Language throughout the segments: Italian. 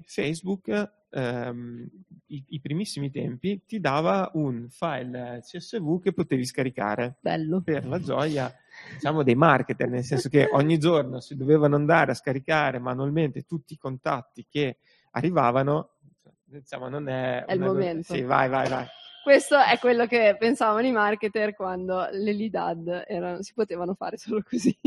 Facebook i primissimi tempi ti dava un file CSV che potevi scaricare. Bello. Per la gioia, diciamo, dei marketer, nel senso che ogni giorno si dovevano andare a scaricare manualmente tutti i contatti che arrivavano. Diciamo, non è il momento. Sì, vai. Questo è quello che pensavano i marketer quando le lead ad si potevano fare solo così.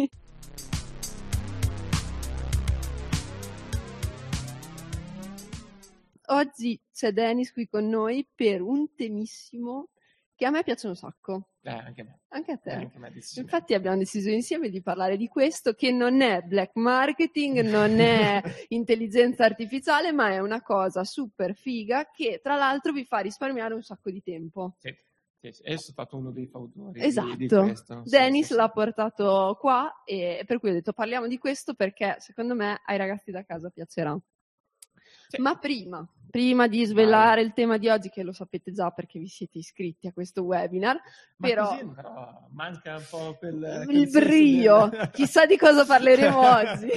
Oggi c'è Dennis qui con noi per un temissimo che a me piace un sacco. Anche a me. Anche a te. Anche a me, infatti abbiamo deciso insieme di parlare di questo, che non è black marketing, non è intelligenza artificiale, ma è una cosa super figa che tra l'altro vi fa risparmiare un sacco di tempo. Sì. È stato uno dei fautori esatto. di questo. Dennis l'ha portato qua e per cui ho detto parliamo di questo perché secondo me ai ragazzi da casa piacerà. Sì. Ma prima di svelare il tema di oggi, che lo sapete già perché vi siete iscritti a questo webinar, però manca un po' il brio, chissà di cosa parleremo oggi.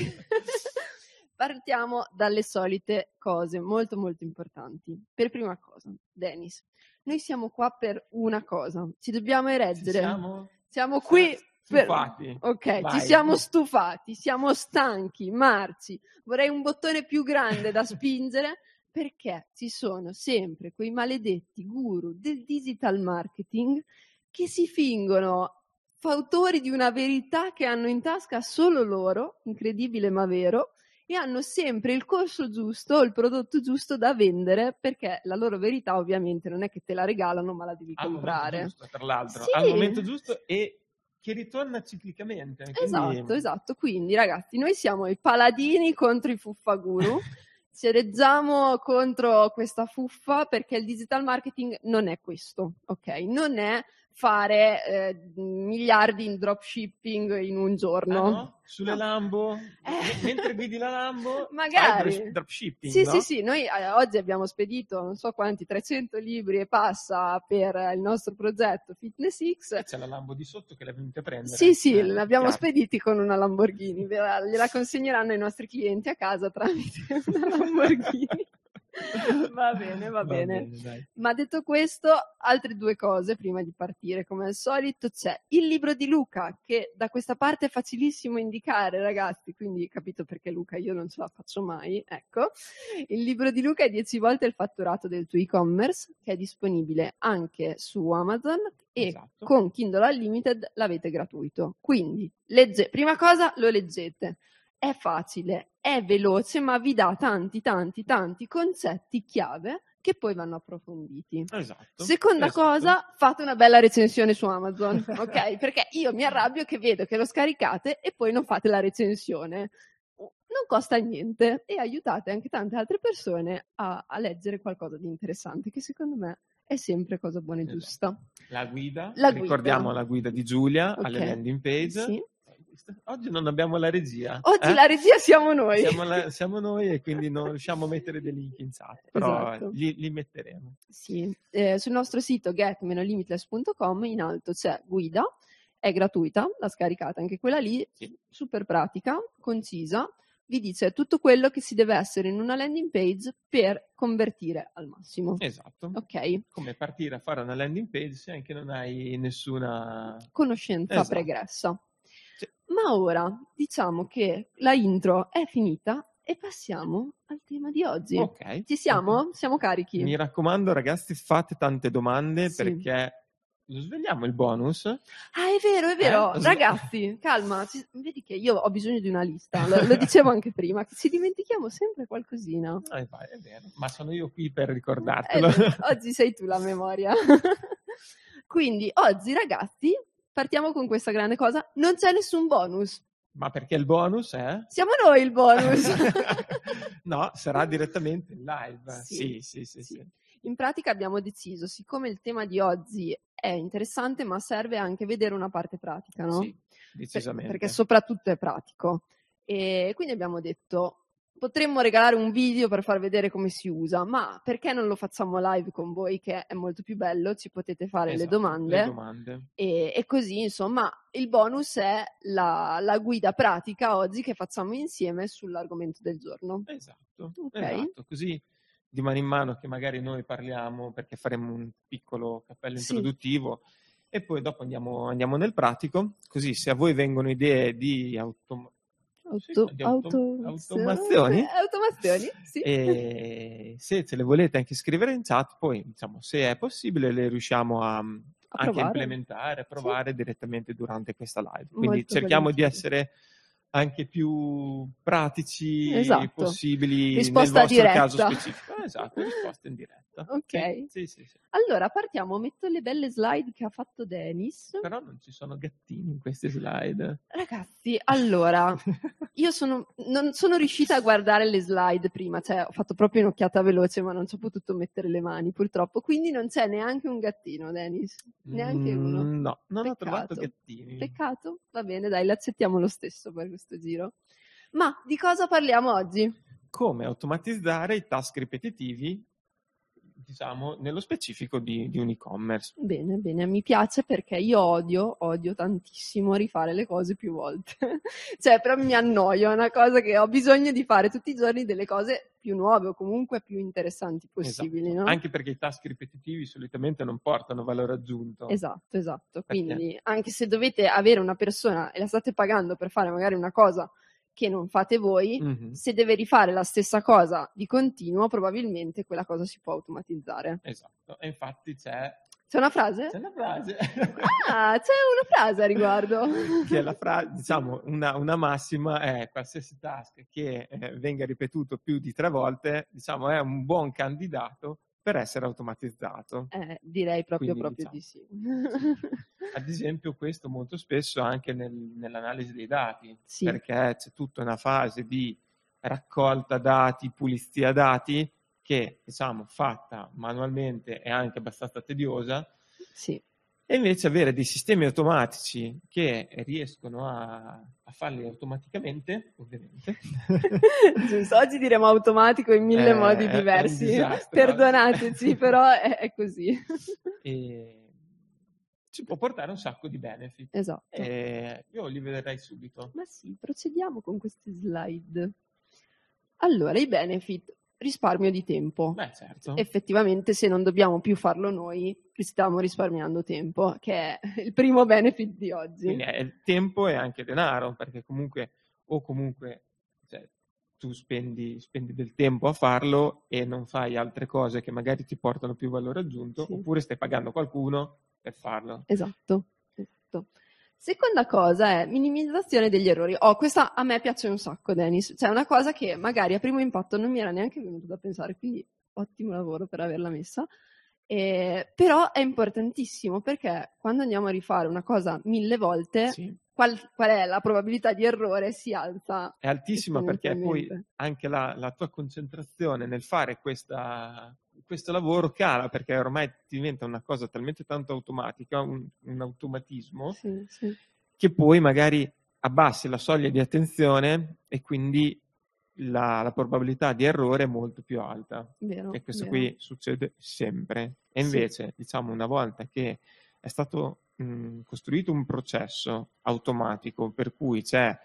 Partiamo dalle solite cose molto molto importanti. Per prima cosa, Dennis, noi siamo qua per una cosa, ci dobbiamo ereggere. Siamo qui stufati. Ok, vai. Ci siamo stufati, siamo stanchi, marci. Vorrei un bottone più grande da spingere perché ci sono sempre quei maledetti guru del digital marketing che si fingono fautori di una verità che hanno in tasca solo loro, incredibile ma vero, e hanno sempre il corso giusto o il prodotto giusto da vendere, perché la loro verità ovviamente non è che te la regalano ma la devi comprare. Al momento giusto, tra l'altro, sì. Al momento giusto e che ritorna ciclicamente. Quindi... Esatto. Quindi ragazzi, noi siamo i paladini contro i fuffaguru. Ci reggiamo contro questa fuffa perché il digital marketing non è questo, ok? Non è fare miliardi in dropshipping in un giorno. No? Sulle Lambo? Mentre guidi la Lambo magari fai dropshipping, sì, no? sì, noi oggi abbiamo spedito non so quanti, 300 libri e passa per il nostro progetto Fitness X. E c'è la Lambo di sotto che la venite a prendere. Sì, l'abbiamo spediti con una Lamborghini, gliela consegneranno ai nostri clienti a casa tramite una Lamborghini. Va bene. Dai. Ma detto questo, altre due cose prima di partire. Come al solito c'è il libro di Luca, che da questa parte è facilissimo indicare, ragazzi, quindi capito perché Luca io non ce la faccio mai, ecco. Il libro di Luca è 10 volte il fatturato del tuo e-commerce, che è disponibile anche su Amazon e con Kindle Unlimited l'avete gratuito. Quindi, prima cosa lo leggete. È facile, è veloce, ma vi dà tanti concetti chiave che poi vanno approfonditi. Esatto. Seconda cosa, fate una bella recensione su Amazon, ok? Perché io mi arrabbio che vedo che lo scaricate e poi non fate la recensione. Non costa niente e aiutate anche tante altre persone a leggere qualcosa di interessante, che secondo me è sempre cosa buona e giusta. La guida. Ricordiamo la guida di Giulia alle landing page. Sì. Oggi non abbiamo la regia. Oggi la regia siamo noi. Siamo noi e quindi non riusciamo a mettere dei link in chat, però li metteremo. Sì, sul nostro sito get-limitless.com in alto c'è guida, è gratuita, la scaricate anche quella lì, super pratica, concisa, vi dice tutto quello che si deve essere in una landing page per convertire al massimo. Esatto. Ok. Come partire a fare una landing page se anche non hai nessuna conoscenza pregressa. Ma ora diciamo che la intro è finita e passiamo al tema di oggi. Ok. Ci siamo? Okay. Siamo carichi? Mi raccomando ragazzi, fate tante domande perché lo svegliamo il bonus? Ah, è vero. Ragazzi, calma, vedi che io ho bisogno di una lista, lo dicevo anche prima, che ci dimentichiamo sempre qualcosina. È vero, ma sono io qui per ricordartelo. Oggi sei tu la memoria. Quindi oggi ragazzi partiamo con questa grande cosa, non c'è nessun bonus. Ma perché il bonus è? Siamo noi il bonus. No, sarà direttamente in live. Sì. In pratica abbiamo deciso, siccome il tema di oggi è interessante, ma serve anche vedere una parte pratica, no? Sì, decisamente. Perché soprattutto è pratico. E quindi abbiamo detto, potremmo regalare un video per far vedere come si usa, ma perché non lo facciamo live con voi, che è molto più bello, ci potete fare le Esatto, domande. le domande. E così, insomma, il bonus è la guida pratica oggi che facciamo insieme sull'argomento del giorno. Esatto, Ok. esatto. Così di mano in mano che magari noi parliamo, perché faremo un piccolo cappello Sì. introduttivo, e poi dopo andiamo nel pratico, così se a voi vengono idee di automazioni, sì. e se ce le volete anche scrivere in chat, poi diciamo, se è possibile le riusciamo anche provare. implementare, a provare direttamente durante questa live. Quindi Molto cerchiamo di volentieri. essere anche più pratici Esatto. possibili Risposta nel vostro diretta. caso specifico. Esatto, risposta in diretta. Ok. Sì. Allora, partiamo. Metto le belle slide che ha fatto Dennis. Però non ci sono gattini in queste slide. Ragazzi, allora, io non sono riuscita a guardare le slide prima, cioè ho fatto proprio un'occhiata veloce, ma non ci ho potuto mettere le mani purtroppo, quindi non c'è neanche un gattino, Dennis, neanche uno. No, non ho Peccato. trovato gattini. Peccato, va bene, dai, l'accettiamo lo stesso per questo giro. Ma di cosa parliamo oggi? Come automatizzare i task ripetitivi, diciamo, nello specifico di un e-commerce. Bene, mi piace perché io odio tantissimo rifare le cose più volte. Cioè, proprio mi annoio, è una cosa che ho bisogno di fare tutti i giorni, delle cose più nuove o comunque più interessanti possibili, Esatto. no? Anche perché i task ripetitivi solitamente non portano valore aggiunto. Esatto. Quindi anche se dovete avere una persona e la state pagando per fare magari una cosa che non fate voi, se deve rifare la stessa cosa di continuo, probabilmente quella cosa si può automatizzare. Esatto, e infatti c'è una frase? C'è una frase. Ah, c'è una frase a riguardo. Che è la frase, diciamo, una massima è: qualsiasi task che venga ripetuto più di 3 volte, diciamo, è un buon candidato per essere automatizzato. Direi proprio Quindi, di diciamo, sì. Ad esempio, questo molto spesso anche nell'analisi dei dati, Sì. perché c'è tutta una fase di raccolta dati, pulizia dati, che, diciamo, fatta manualmente è anche abbastanza tediosa. Sì. E invece avere dei sistemi automatici che riescono a farli automaticamente, ovviamente. Giusto, oggi diremo automatico in 1000 modi diversi. È un disastro, perdonateci, però è così. E ci può portare un sacco di benefit. Esatto. Io li vedrei subito. Ma sì, procediamo con queste slide. Allora, i benefit. Risparmio di tempo. Beh, certo. Effettivamente, se non dobbiamo più farlo noi, stiamo risparmiando tempo, che è il primo benefit di oggi. Quindi è il tempo e anche denaro, perché comunque cioè, tu spendi del tempo a farlo e non fai altre cose che magari ti portano più valore aggiunto, sì. Oppure stai pagando qualcuno per farlo. Esatto. Seconda cosa è minimizzazione degli errori. Questa a me piace un sacco, Dennis. Cioè, è una cosa che magari a primo impatto non mi era neanche venuto da pensare, quindi ottimo lavoro per averla messa. Però è importantissimo, perché quando andiamo a rifare una cosa 1000 volte, sì. qual è la probabilità di errore si alza. È altissima, perché poi anche la tua concentrazione nel fare questo lavoro cala, perché ormai diventa una cosa talmente tanto automatica, un automatismo, sì. che poi magari abbassi la soglia di attenzione e quindi la probabilità di errore è molto più alta. Vero, e questo qui succede sempre. E invece, sì. diciamo, una volta che è stato costruito un processo automatico per cui c'è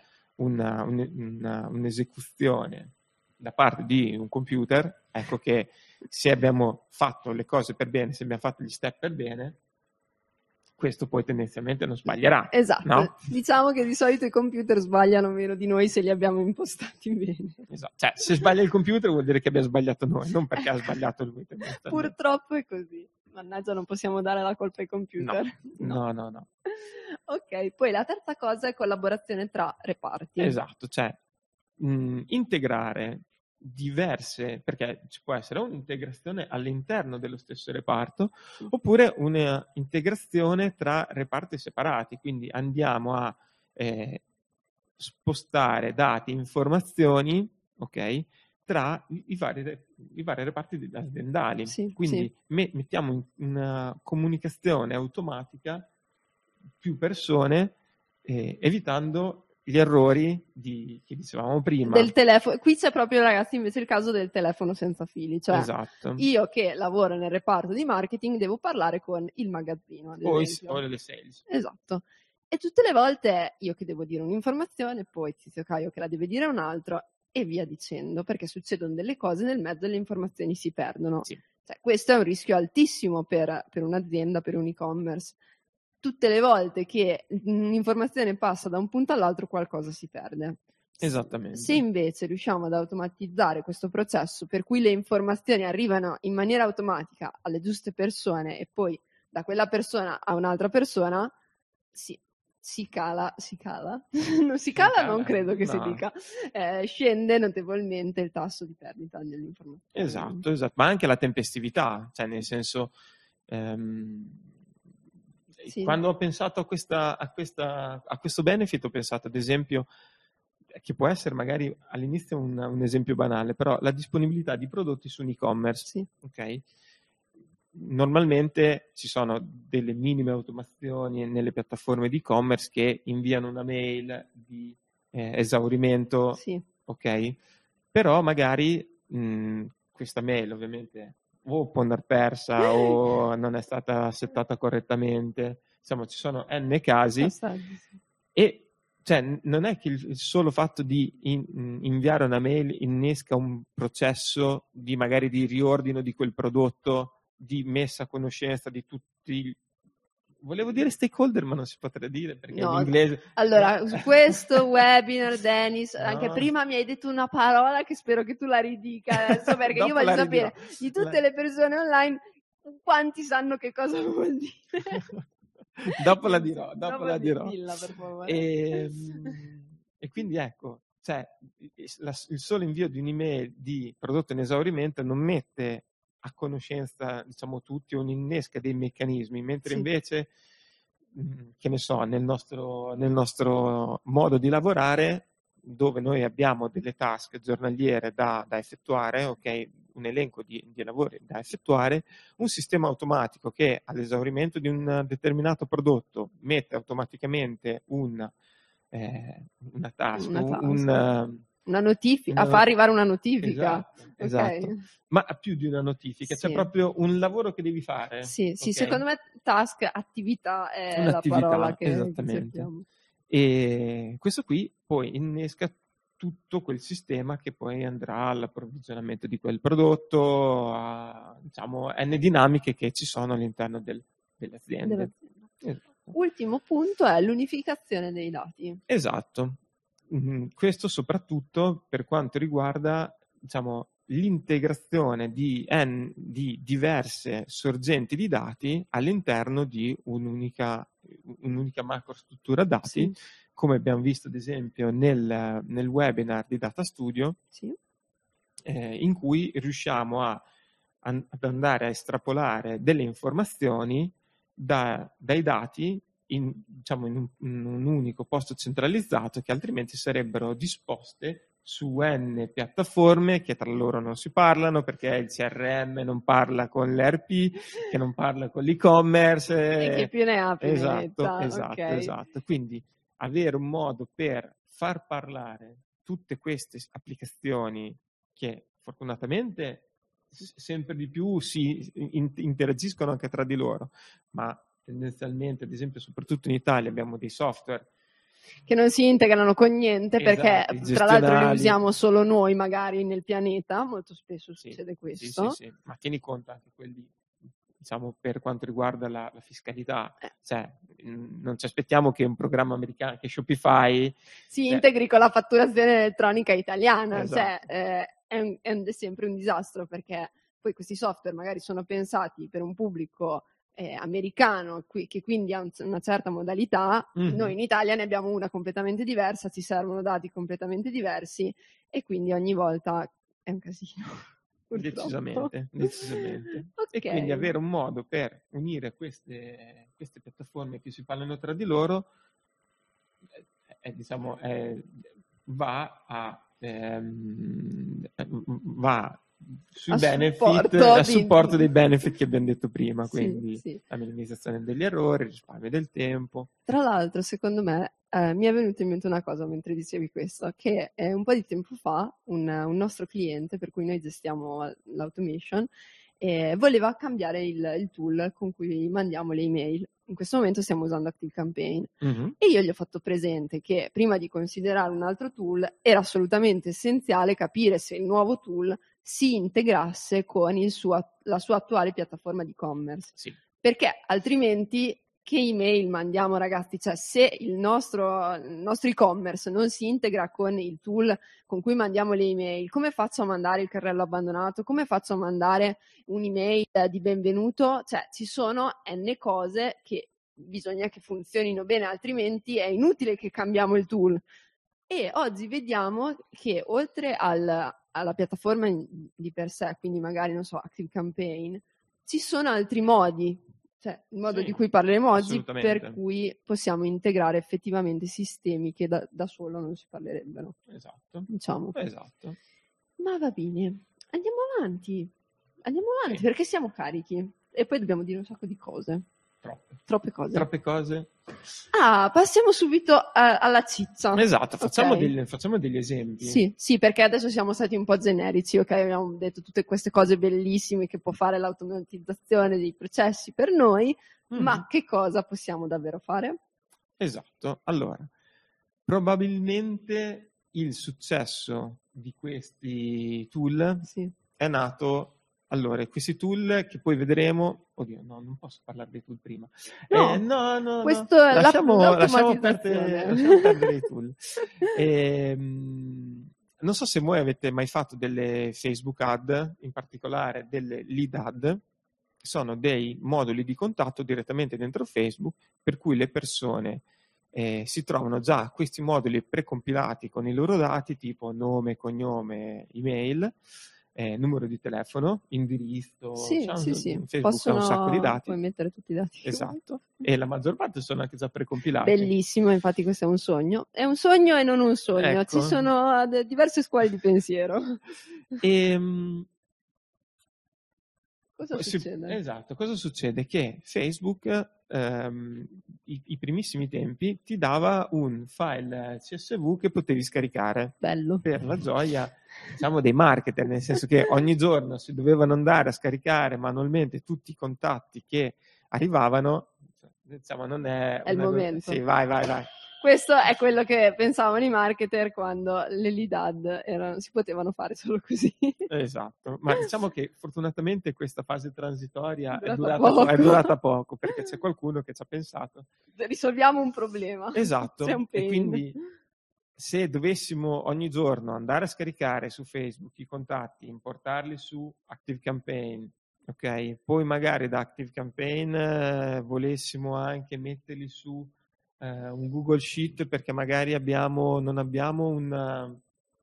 un'esecuzione da parte di un computer, ecco che se abbiamo fatto le cose per bene, se abbiamo fatto gli step per bene, questo poi tendenzialmente non sbaglierà. Esatto, no? Diciamo che di solito i computer sbagliano meno di noi se li abbiamo impostati bene. Esatto. Cioè, se sbaglia il computer vuol dire che abbia sbagliato noi, non perché ha sbagliato lui. Purtroppo è così. Mannaggia, non possiamo dare la colpa ai computer. No. Ok, poi la terza cosa è collaborazione tra reparti. Esatto, cioè integrare diverse, perché ci può essere un'integrazione all'interno dello stesso reparto, oppure un'integrazione tra reparti separati, quindi andiamo a spostare dati, informazioni, ok, tra i vari reparti aziendali. Quindi mettiamo in una comunicazione automatica più persone, evitando gli errori che dicevamo prima. Del telefono. Qui c'è proprio, ragazzi, invece il caso del telefono senza fili. Cioè, esatto. io che lavoro nel reparto di marketing devo parlare con il magazzino, ad esempio. O le sales. Esatto. E tutte le volte io che devo dire un'informazione, poi Tizio Caio che la deve dire un altro, e via dicendo, perché succedono delle cose nel mezzo e le informazioni si perdono. Sì. Cioè, questo è un rischio altissimo per un'azienda, per un e-commerce. Tutte le volte che un'informazione passa da un punto all'altro qualcosa si perde. Esattamente. Se invece riusciamo ad automatizzare questo processo per cui le informazioni arrivano in maniera automatica alle giuste persone e poi da quella persona a un'altra persona, si cala? Non si cala, non credo che si dica. Scende notevolmente il tasso di perdita delle informazioni. Esatto, ma anche la tempestività, cioè nel senso, quando ho pensato a questo benefit, ho pensato ad esempio, che può essere magari all'inizio un esempio banale, però la disponibilità di prodotti su un e-commerce. Sì. Okay? Normalmente ci sono delle minime automazioni nelle piattaforme di e-commerce che inviano una mail di esaurimento, sì. ok? Però magari questa mail ovviamente o può andare persa o non è stata settata correttamente, insomma ci sono n casi e cioè, non è che il solo fatto di inviare una mail innesca un processo di magari di riordino di quel prodotto, di messa a conoscenza di tutti. Volevo dire stakeholder, ma non si potrà dire perché in inglese. Allora, su questo webinar, Dennis, anche prima mi hai detto una parola che spero che tu la ridica adesso, perché io voglio sapere di tutte le persone online quanti sanno che cosa vuol dire. Dopo la dirò. Dilla, per favore. E quindi ecco, cioè, il solo invio di un'email di prodotto in esaurimento non mette a conoscenza, diciamo, tutti o non innesca dei meccanismi, mentre invece, che ne so, nel nostro modo di lavorare, dove noi abbiamo delle task giornaliere da effettuare, ok? Un elenco di lavori da effettuare, un sistema automatico che all'esaurimento di un determinato prodotto mette automaticamente una task, una notifica, fa arrivare una notifica. Esatto. Ma più di una notifica, c'è proprio un lavoro che devi fare. Sì, secondo me task, attività è la parola che esattamente. E questo qui poi innesca tutto quel sistema che poi andrà all'approvvigionamento di quel prodotto, a, diciamo, n dinamiche che ci sono all'interno delle aziende. Esatto. Ultimo punto è l'unificazione dei dati. Esatto. Questo soprattutto per quanto riguarda, diciamo, l'integrazione di diverse sorgenti di dati all'interno di un'unica macrostruttura dati, come abbiamo visto ad esempio nel webinar di Data Studio, in cui riusciamo ad andare a estrapolare delle informazioni dai dati in un unico posto centralizzato, che altrimenti sarebbero disposte su n piattaforme che tra loro non si parlano, perché il CRM non parla con l'ERP, che non parla con l'e-commerce. E che più ne ha più Esatto. Quindi avere un modo per far parlare tutte queste applicazioni che fortunatamente sempre di più si interagiscono anche tra di loro, ma tendenzialmente, ad esempio, soprattutto in Italia abbiamo dei software che non si integrano con niente, perché tra l'altro li usiamo solo noi magari nel pianeta, molto spesso succede questo. Sì. Ma tieni conto anche quelli, diciamo, per quanto riguarda la fiscalità, cioè non ci aspettiamo che un programma americano, che Shopify si integri con la fatturazione elettronica italiana, esatto. È sempre un disastro, perché poi questi software magari sono pensati per un pubblico americano, che quindi ha una certa modalità. Noi in Italia ne abbiamo una completamente diversa, ci servono dati completamente diversi e quindi ogni volta è un casino. Decisamente. E quindi avere un modo per unire queste piattaforme che si parlano tra di loro va sui a benefit, supporto a di- supporto dei benefit che abbiamo detto prima, Sì, quindi sì. la minimizzazione degli errori, il risparmio del tempo. Tra l'altro, secondo me, mi è venuta in mente una cosa mentre dicevi questo, che un po' di tempo fa un nostro cliente, per cui noi gestiamo l'automation, voleva cambiare il tool con cui mandiamo le email. In questo momento stiamo usando ActiveCampaign Mhm. e io gli ho fatto presente che prima di considerare un altro tool era assolutamente essenziale capire se il nuovo tool si integrasse con la sua attuale piattaforma di e-commerce. Sì. Perché altrimenti che email mandiamo, ragazzi? Cioè, se il nostro e-commerce non si integra con il tool con cui mandiamo le email, come faccio a mandare il carrello abbandonato? Come faccio a mandare un'email di benvenuto? Cioè, ci sono n cose che bisogna che funzionino bene, altrimenti è inutile che cambiamo il tool. E oggi vediamo che oltre alla piattaforma di per sé, quindi magari, non so, ActiveCampaign, ci sono altri modi, cioè il modo Sì, di cui parleremo oggi, assolutamente. per cui possiamo integrare effettivamente sistemi che da solo non si parlerebbero, Esatto. diciamo. Esatto. Ma va bene, andiamo avanti Sì. perché siamo carichi e poi dobbiamo dire un sacco di cose. Troppe cose. Troppe cose. Passiamo subito alla ciccia. Esatto, facciamo, Ok. facciamo degli esempi. Sì, perché adesso siamo stati un po' generici, ok? Abbiamo detto tutte queste cose bellissime che può fare l'automatizzazione dei processi per noi, ma che cosa possiamo davvero fare? Esatto. Allora, probabilmente il successo di questi tool è nato. Allora, questi tool che poi vedremo. Oddio, no, non posso parlare dei tool prima. No. Questo è Lasciamo l'automatizzazione. perdere i tool. Non so se voi avete mai fatto delle Facebook ad, in particolare delle lead ad. Sono dei moduli di contatto direttamente dentro Facebook, per cui le persone si trovano già questi moduli precompilati con i loro dati, tipo nome, cognome, email, numero di telefono, indirizzo. Sì. Facebook ha un sacco di dati. Puoi mettere tutti i dati. Esatto. E la maggior parte sono anche già precompilati. Bellissimo, infatti questo è un sogno. È un sogno e non un sogno. Ecco. Ci sono diverse scuole di pensiero. Cosa succede? Esatto, cosa succede? Che Facebook i primissimi tempi ti dava un file CSV che potevi scaricare. Bello. Per la gioia, diciamo, dei marketer, nel senso che ogni giorno si dovevano andare a scaricare manualmente tutti i contatti che arrivavano. Diciamo, non è il momento. Sì, vai. Questo è quello che pensavano i marketer quando le lead ad si potevano fare solo così. Esatto, ma diciamo che fortunatamente questa fase transitoria è poco. durata poco, perché c'è qualcuno che ci ha pensato. Risolviamo un problema. Esatto, C'è un e pain. quindi se dovessimo ogni giorno andare a scaricare su Facebook i contatti, importarli su ActiveCampaign, ok? Poi magari da ActiveCampaign volessimo anche metterli su un Google Sheet, perché magari non abbiamo un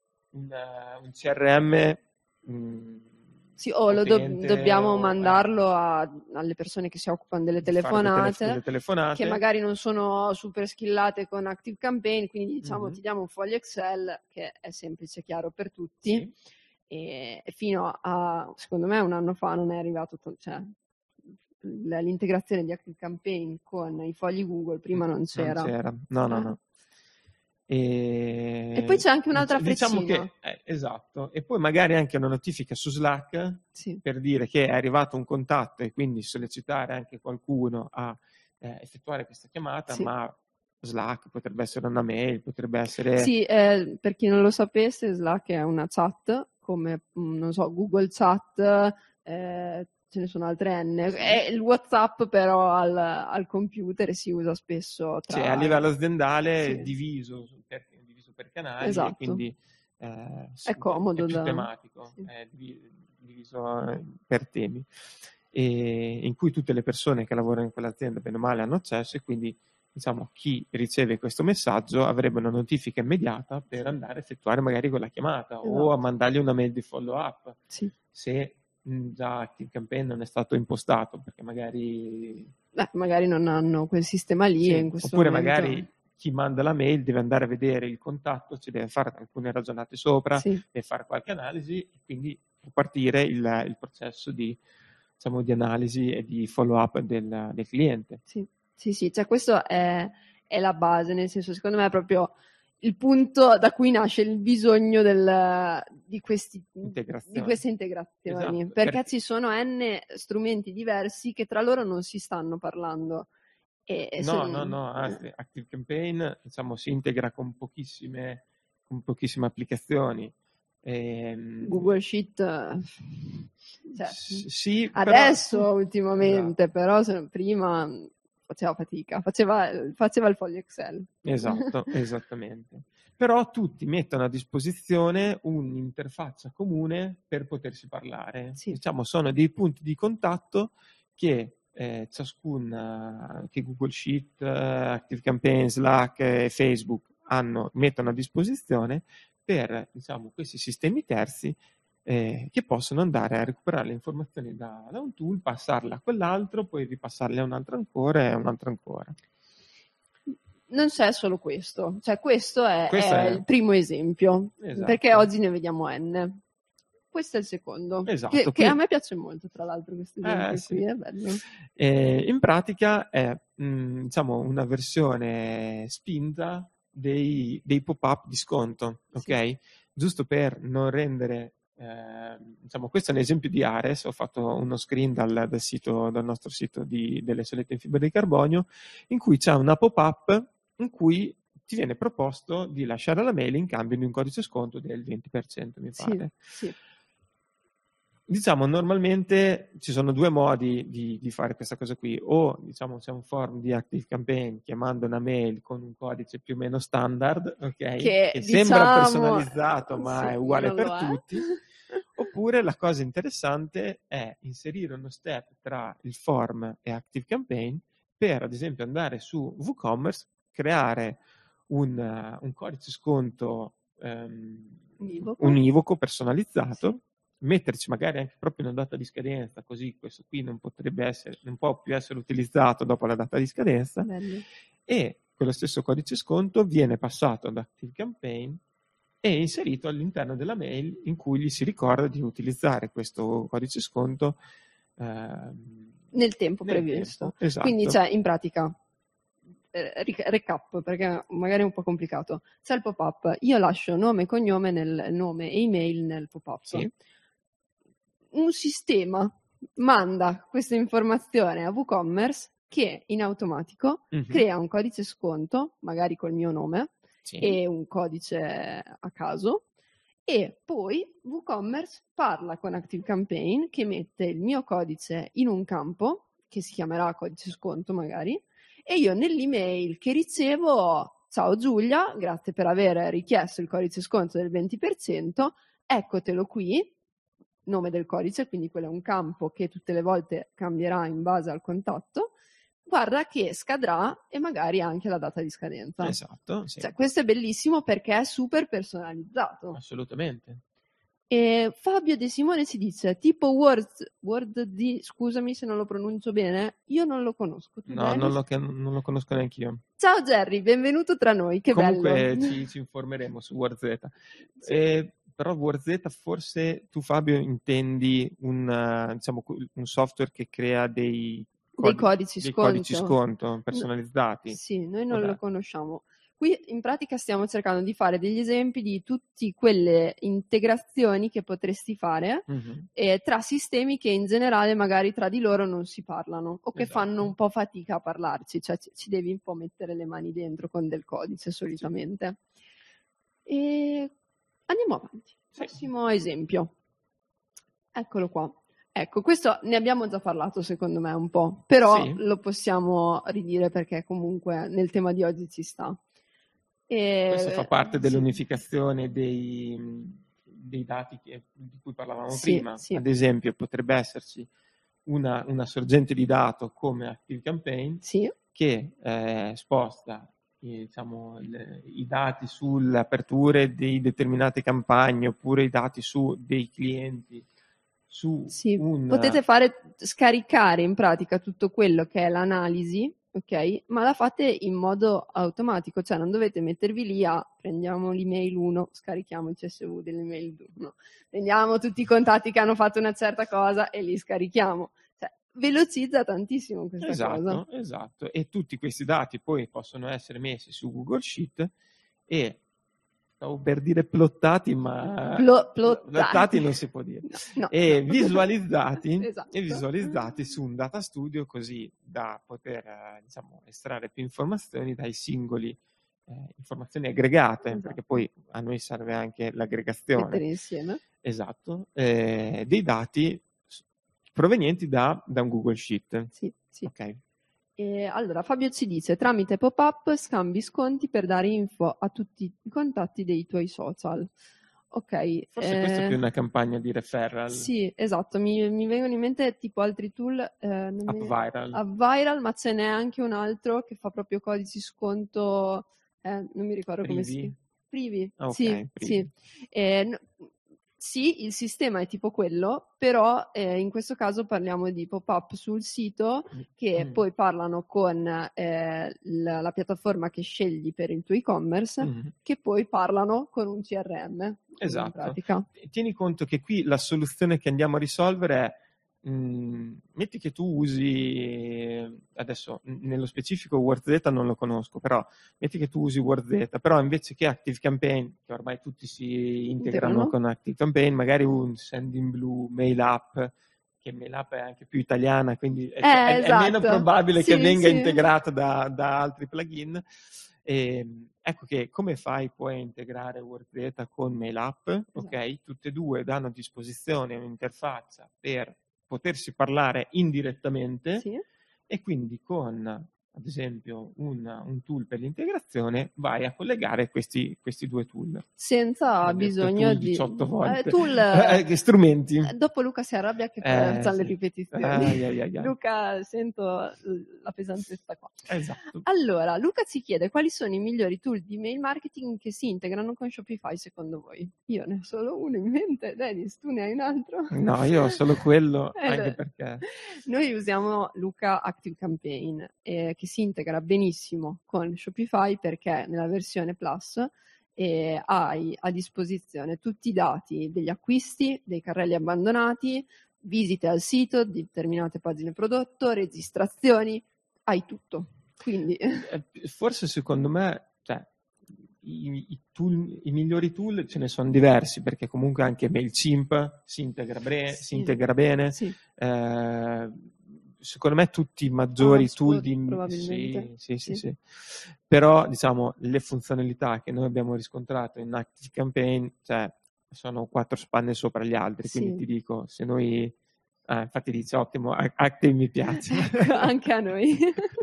CRM. Sì, o dobbiamo mandarlo alle persone che si occupano delle telefonate, che magari non sono super skillate con ActiveCampaign, quindi diciamo ti diamo un foglio Excel che è semplice e chiaro per tutti. Sì. E fino a, secondo me, un anno fa non è arrivato, cioè l'integrazione di ActiveCampaign con i fogli Google prima non c'era. No. E poi c'è anche un'altra freccina. Diciamo che, esatto, e poi magari anche una notifica su Slack per dire che è arrivato un contatto e quindi sollecitare anche qualcuno a effettuare questa chiamata, ma Slack potrebbe essere una mail, potrebbe essere. Sì, per chi non lo sapesse, Slack è una chat come, non so, Google Chat, ce ne sono altre N. È il WhatsApp però al computer e si usa spesso a livello aziendale diviso per canali, esatto. E quindi è comodo, è più tematico, è diviso per temi, e in cui tutte le persone che lavorano in quell'azienda bene o male hanno accesso, e quindi diciamo chi riceve questo messaggio avrebbe una notifica immediata per andare a effettuare magari quella chiamata, o a mandargli una mail di follow up se già ActiveCampaign non è stato impostato, perché magari non hanno quel sistema lì, in questo oppure momento. magari chi manda la mail deve andare a vedere il contatto, ci deve fare alcune ragionate sopra, deve fare qualche analisi, e quindi partire il processo di analisi e di follow up del cliente. Sì, cioè questo è la base, nel senso, secondo me è proprio il punto da cui nasce il bisogno di queste integrazioni, Esatto, perché ci sono n strumenti diversi che tra loro non si stanno parlando. No, ActiveCampaign si integra con pochissime applicazioni. Google Sheet, cioè, sì, adesso però, ultimamente, però prima faceva fatica, faceva il foglio Excel. Esatto, esattamente. Però tutti mettono a disposizione un'interfaccia comune per potersi parlare. Sì. Sono dei punti di contatto che che Google Sheet, ActiveCampaign, Slack e Facebook mettono a disposizione per questi sistemi terzi che possono andare a recuperare le informazioni da un tool, passarle a quell'altro, poi ripassarle a un altro ancora e a un altro ancora. Non c'è solo questo, cioè questo è il primo esempio, esatto. Perché oggi ne vediamo n. Questo è il secondo, esatto, che a me piace molto, tra l'altro, questo esempio sì. qui, è bello. In pratica è una versione spinta dei pop-up di sconto, ok? Sì. Giusto per non rendere, questo è un esempio di Ares, ho fatto uno screen dal nostro sito delle solette in fibra di carbonio, in cui c'è una pop-up in cui ti viene proposto di lasciare la mail in cambio di un codice sconto del 20%, mi pare. Sì. Normalmente ci sono due modi di fare questa cosa qui, o c'è un form di ActiveCampaign che manda una mail con un codice più o meno standard, ok? Che sembra personalizzato ma è uguale per tutti, oppure la cosa interessante è inserire uno step tra il form e ActiveCampaign per, ad esempio, andare su WooCommerce, creare un codice sconto univoco, personalizzato, sì, metterci magari anche proprio una data di scadenza, così questo qui non può più essere utilizzato dopo la data di scadenza. Bello. E quello stesso codice sconto viene passato ad ActiveCampaign e inserito all'interno della mail in cui gli si ricorda di utilizzare questo codice sconto nel tempo previsto. Esatto. Quindi in pratica, recap, perché magari è un po' complicato, c'è il pop-up, io lascio nome e cognome nome e email nel pop-up. Sì. Un sistema manda questa informazione a WooCommerce che in automatico crea un codice sconto, magari col mio nome, sì, e un codice a caso, e poi WooCommerce parla con ActiveCampaign che mette il mio codice in un campo che si chiamerà codice sconto magari, e io nell'email che ricevo: ciao Giulia, grazie per aver richiesto il codice sconto del 20%, eccotelo qui, nome del codice, quindi quello è un campo che tutte le volte cambierà in base al contatto, guarda che scadrà e magari anche la data di scadenza. Esatto, sì. Questo è bellissimo perché è super personalizzato. Assolutamente. E Fabio De Simone ci dice tipo WordD, scusami se non lo pronuncio bene, io non lo conosco. No, non lo conosco neanche io. Ciao Jerry, benvenuto tra noi, che Comunque bello. ci informeremo su WordZ. Sì. Però WordZ forse tu, Fabio, intendi un software che crea dei codici sconto personalizzati. Sì, noi non lo conosciamo. Qui in pratica stiamo cercando di fare degli esempi di tutte quelle integrazioni che potresti fare tra sistemi che in generale magari tra di loro non si parlano o che fanno un po' fatica a parlarci, cioè ci devi un po' mettere le mani dentro con del codice solitamente. Sì. E andiamo avanti. Sì. Prossimo esempio. Eccolo qua. Ecco, questo ne abbiamo già parlato secondo me un po', però sì, lo possiamo ridire perché comunque nel tema di oggi ci sta. Questo fa parte dell'unificazione dei dati di cui parlavamo prima. Sì. Ad esempio, potrebbe esserci una sorgente di dato come ActiveCampaign che sposta i dati sulle aperture di determinate campagne oppure i dati su dei clienti. Potete scaricare in pratica tutto quello che è l'analisi ok? Ma la fate in modo automatico, cioè non dovete mettervi lì a prendiamo l'email 1, scarichiamo il CSV dell'email 1, prendiamo tutti i contatti che hanno fatto una certa cosa e li scarichiamo. Cioè, velocizza tantissimo questa cosa. Esatto. E tutti questi dati poi possono essere messi su Google Sheet e stavo per dire plottati, ma plottati non si può dire. No. Visualizzati, Esatto. e visualizzati su un data studio così da poter diciamo, estrarre più informazioni dai singoli informazioni aggregate, Esatto. perché poi a noi serve anche l'aggregazione. Mettere insieme. Esatto, dei dati provenienti da un Google Sheet. Sì. Ok. Allora, Fabio ci dice, tramite pop-up scambi sconti per dare info a tutti i contatti dei tuoi social. Ok. Forse questa è più una campagna di referral. Sì, esatto, mi vengono in mente tipo altri tool. AppViral, ma ce n'è anche un altro che fa proprio codici sconto, non mi ricordo come si chiama. Privi. Okay, sì. Sì, il sistema è tipo quello, però in questo caso parliamo di pop-up sul sito che poi parlano con la piattaforma che scegli per il tuo e-commerce, che poi parlano con un CRM. Esatto. In pratica. Tieni conto che qui la soluzione che andiamo a risolvere è metti che tu usi, adesso nello specifico WordZ non lo conosco, però metti che tu usi WordZ, però invece che ActiveCampaign, che ormai tutti si integrano con ActiveCampaign, magari un Sendinblue, MailUp, che MailUp è anche più italiana, quindi è meno probabile che venga integrata da altri plugin. Ecco che come fai poi a integrare WordZ con MailUp, ok? Tutte e due danno a disposizione un'interfaccia per potersi parlare indirettamente e quindi con, ad esempio, un tool per l'integrazione vai a collegare questi due tool. Senza bisogno tool di 18 volte. Tool, strumenti. Dopo Luca si arrabbia che facciano le ripetizioni. Luca, sento la pesantezza qua. Esatto. Allora, Luca ci chiede quali sono i migliori tool di mail marketing che si integrano con Shopify secondo voi? Io ne ho solo uno in mente, Dennis, tu ne hai un altro? No, io ho solo quello, anche perché noi usiamo Luca ActiveCampaign che si integra benissimo con Shopify perché nella versione Plus hai a disposizione tutti i dati degli acquisti, dei carrelli abbandonati, visite al sito, determinate pagine prodotto, registrazioni, hai tutto. Quindi forse secondo me, cioè, i migliori tool ce ne sono diversi, perché comunque anche MailChimp si integra bene. Sì. Secondo me tutti i maggiori tool di probabilmente. Sì. Però diciamo le funzionalità che noi abbiamo riscontrato in ActiveCampaign, cioè, sono 4 spanne sopra gli altri, quindi ti dico, se noi infatti dice ottimo, Active mi piace. Anche a noi.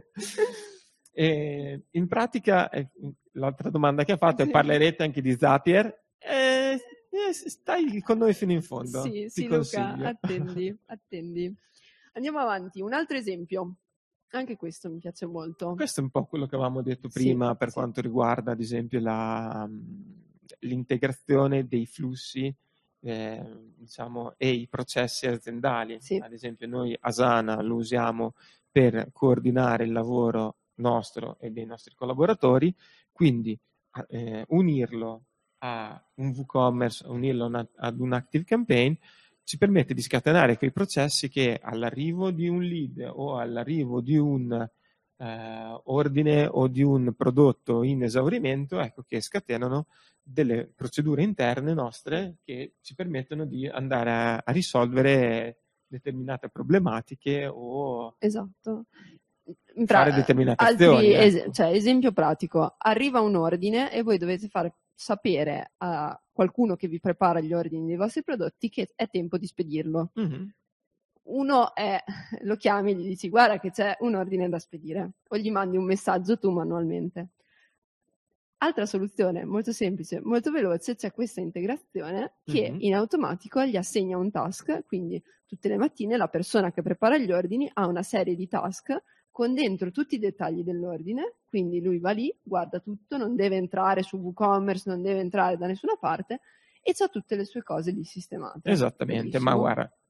E in pratica, l'altra domanda che ha fatto è: parlerete anche di Zapier? Stai con noi fino in fondo. Sì, Luca, attendi. Andiamo avanti. Un altro esempio. Anche questo mi piace molto. Questo è un po' quello che avevamo detto prima per quanto riguarda, ad esempio, l'integrazione dei flussi diciamo, e i processi aziendali. Ad esempio, noi Asana lo usiamo per coordinare il lavoro nostro e dei nostri collaboratori, quindi unirlo a un WooCommerce, unirlo ad un ActiveCampaign ci permette di scatenare quei processi che all'arrivo di un lead o all'arrivo di un ordine o di un prodotto in esaurimento, ecco che scatenano delle procedure interne nostre che ci permettono di andare a risolvere determinate problematiche o fare determinate azioni. Esempio pratico, arriva un ordine e voi dovete fare sapere a qualcuno che vi prepara gli ordini dei vostri prodotti che è tempo di spedirlo. Uno lo chiami e gli dici guarda che c'è un ordine da spedire, o gli mandi un messaggio tu manualmente. Altra soluzione molto semplice, molto veloce, c'è questa integrazione che in automatico gli assegna un task, quindi tutte le mattine la persona che prepara gli ordini ha una serie di task con dentro tutti i dettagli dell'ordine, quindi lui va lì, guarda tutto, non deve entrare su WooCommerce, non deve entrare da nessuna parte e c'ha tutte le sue cose lì sistemate. Esattamente, Bellissimo. ma guarda,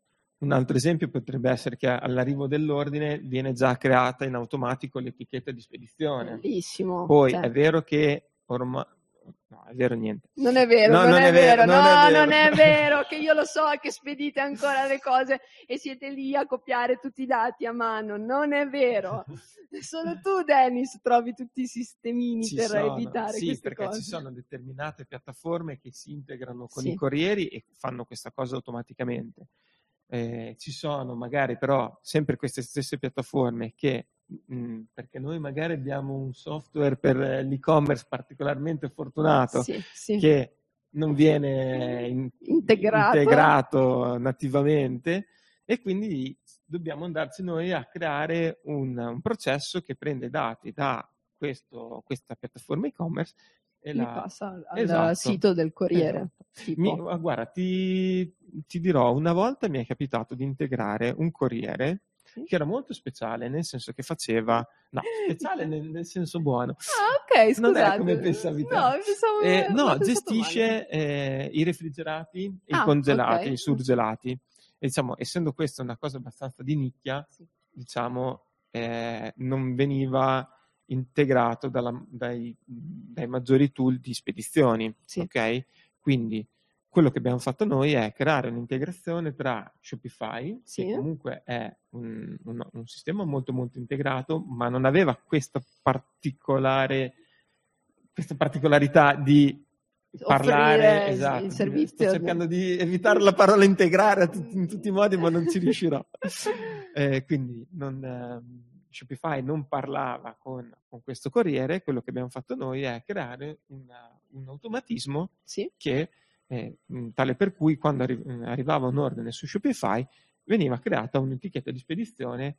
Un altro esempio potrebbe essere che all'arrivo dell'ordine viene già creata in automatico l'etichetta di spedizione. Bellissimo. Poi Cioè, è vero che ormai... No, è vero niente. non è vero, No, non è vero, non è no, vero. non è vero, che io lo so che spedite ancora le cose e siete lì a copiare tutti i dati a mano, non è vero. Solo tu, Dennis, trovi tutti i sistemini Ci per sono, editare sì, queste perché cose. ci sono determinate piattaforme che si integrano con Sì. i corrieri e fanno questa cosa automaticamente. Ci sono magari però sempre queste stesse piattaforme che, perché noi magari abbiamo un software per l'e-commerce particolarmente fortunato Sì, sì. che non viene integrato nativamente e quindi dobbiamo andarci noi a creare un processo che prende dati da questa piattaforma e-commerce e Li passa al esatto, sito del corriere. esatto. Tipo. Guarda, ti dirò, una volta mi è capitato di integrare un corriere Sì. che era molto speciale, nel senso che faceva... No, speciale nel senso buono. Ah, ok, Non è scusate. come pensavi te. No, pensavo, No, avevo pensato gestisce male. i refrigerati e i Ah, congelati, ok. i surgelati. E diciamo, essendo questa una cosa abbastanza di nicchia, Sì. diciamo, non veniva integrato dai maggiori tool di spedizioni. Sì. Ok? Quindi quello che abbiamo fatto noi è creare un'integrazione tra Shopify, Sì. che comunque è un sistema molto molto integrato, ma non aveva questa particolarità di parlare, esatto, il servizio. sto cercando di evitare la parola integrare in tutti i modi, ma non ci riuscirò. Quindi Shopify non parlava con questo corriere, quello che abbiamo fatto noi è creare un automatismo Sì. che tale per cui quando arrivava un ordine su Shopify veniva creata un'etichetta di spedizione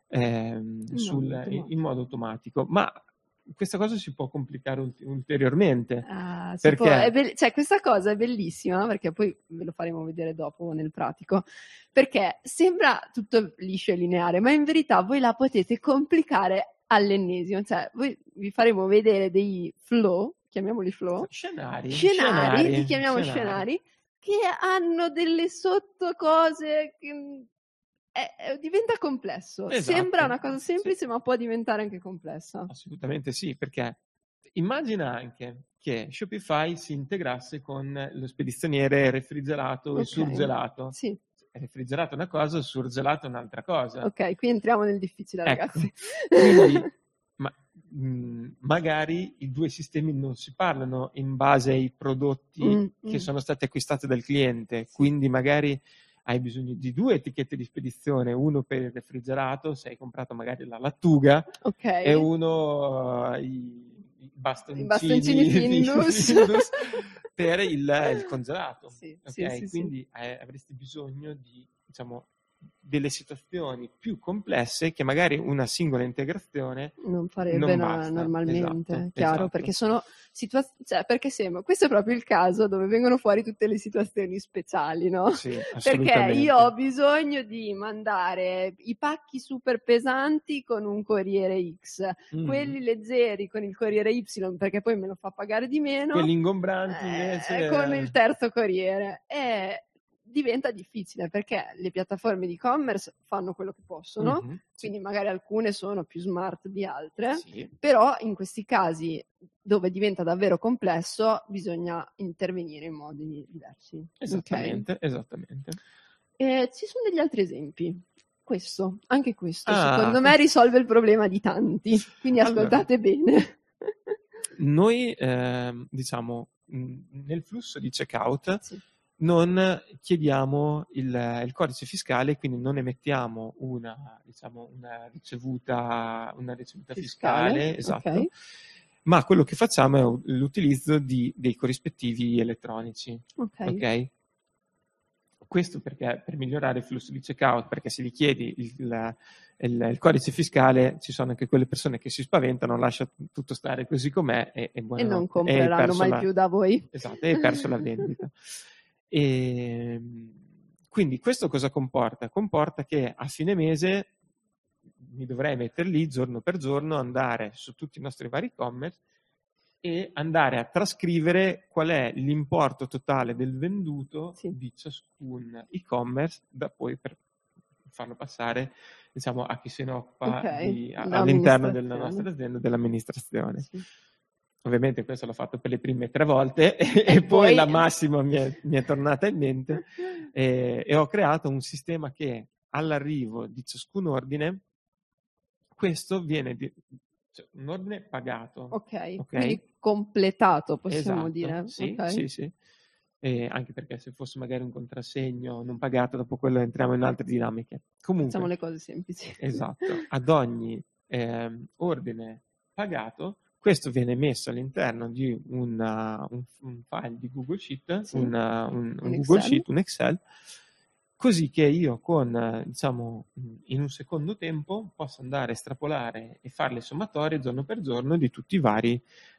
in modo automatico, ma questa cosa si può complicare ulteriormente. Perché? Cioè, questa cosa è bellissima, perché poi ve lo faremo vedere dopo nel pratico, perché sembra tutto liscio e lineare, ma in verità voi la potete complicare all'ennesimo. Cioè, vi faremo vedere dei flow, chiamiamoli flow, scenari, li chiamiamo scenari, che hanno delle sottocose che... diventa complesso. Esatto. Sembra una cosa semplice, sì. ma può diventare anche complessa. Assolutamente sì, perché immagina anche che Shopify si integrasse con lo spedizioniere refrigerato e surgelato. Sì. Refrigerato è una cosa, surgelato è un'altra cosa. Ok, qui entriamo nel difficile, ecco. ragazzi. Quindi magari i due sistemi non si parlano in base ai prodotti che sono stati acquistati dal cliente, sì. Quindi magari hai bisogno di due etichette di spedizione, uno per il refrigerato, se hai comprato magari la lattuga, okay. E uno i bastoncini Findus per il congelato. Sì, okay? sì, Quindi avresti bisogno di, diciamo, delle situazioni più complesse che magari una singola integrazione non farebbe normalmente, esatto, chiaro, esatto. Perché sono perché sembra, questo è proprio il caso dove vengono fuori tutte le situazioni speciali, no? Sì, perché io ho bisogno di mandare i pacchi super pesanti con un corriere X, quelli leggeri con il corriere Y perché poi me lo fa pagare di meno, quelli ingombranti invece con il terzo corriere diventa difficile perché le piattaforme di e-commerce fanno quello che possono, quindi sì. Magari alcune sono più smart di altre, sì. Però in questi casi dove diventa davvero complesso bisogna intervenire in modi diversi. Esattamente, okay? Esattamente. Ci sono degli altri esempi. Anche questo, secondo me risolve il problema di tanti, quindi ascoltate bene. Noi, diciamo, nel flusso di checkout, sì. Non chiediamo il codice fiscale, quindi non emettiamo una ricevuta fiscale, esatto, okay. Ma quello che facciamo è l'utilizzo dei corrispettivi elettronici. Okay? Questo perché per migliorare il flusso di checkout, perché se gli chiedi il codice fiscale ci sono anche quelle persone che si spaventano, lascia tutto stare così com'è e non compreranno mai più da voi. Esatto, e hai perso la vendita. E quindi questo cosa comporta? Comporta che a fine mese mi dovrei mettere lì giorno per giorno, andare su tutti i nostri vari e-commerce e andare a trascrivere qual è l'importo totale del venduto, sì. Di ciascun e-commerce da poi per farlo passare, diciamo, a chi se ne occupa Ok, all'interno della dell'amministrazione. nostra azienda, dell'amministrazione. Sì. Ovviamente questo l'ho fatto per le prime 3 volte E e poi la poi- massima mi è tornata in mente e ho creato un sistema che all'arrivo di ciascun ordine, questo viene cioè, un ordine pagato. Ok, Ok? quindi completato, possiamo Esatto, dire. sì, Ok. sì, sì. Anche perché se fosse magari un contrassegno non pagato, dopo quello entriamo in altre dinamiche. Facciamo Comunque, le cose semplici. esatto, ad ogni ordine pagato, questo viene messo all'interno di un file di Google Sheet, Sì. un Un Google Excel. Sheet, un Excel, così che io diciamo, in un secondo tempo posso andare a estrapolare e fare le sommatorie giorno per giorno di tutti i vari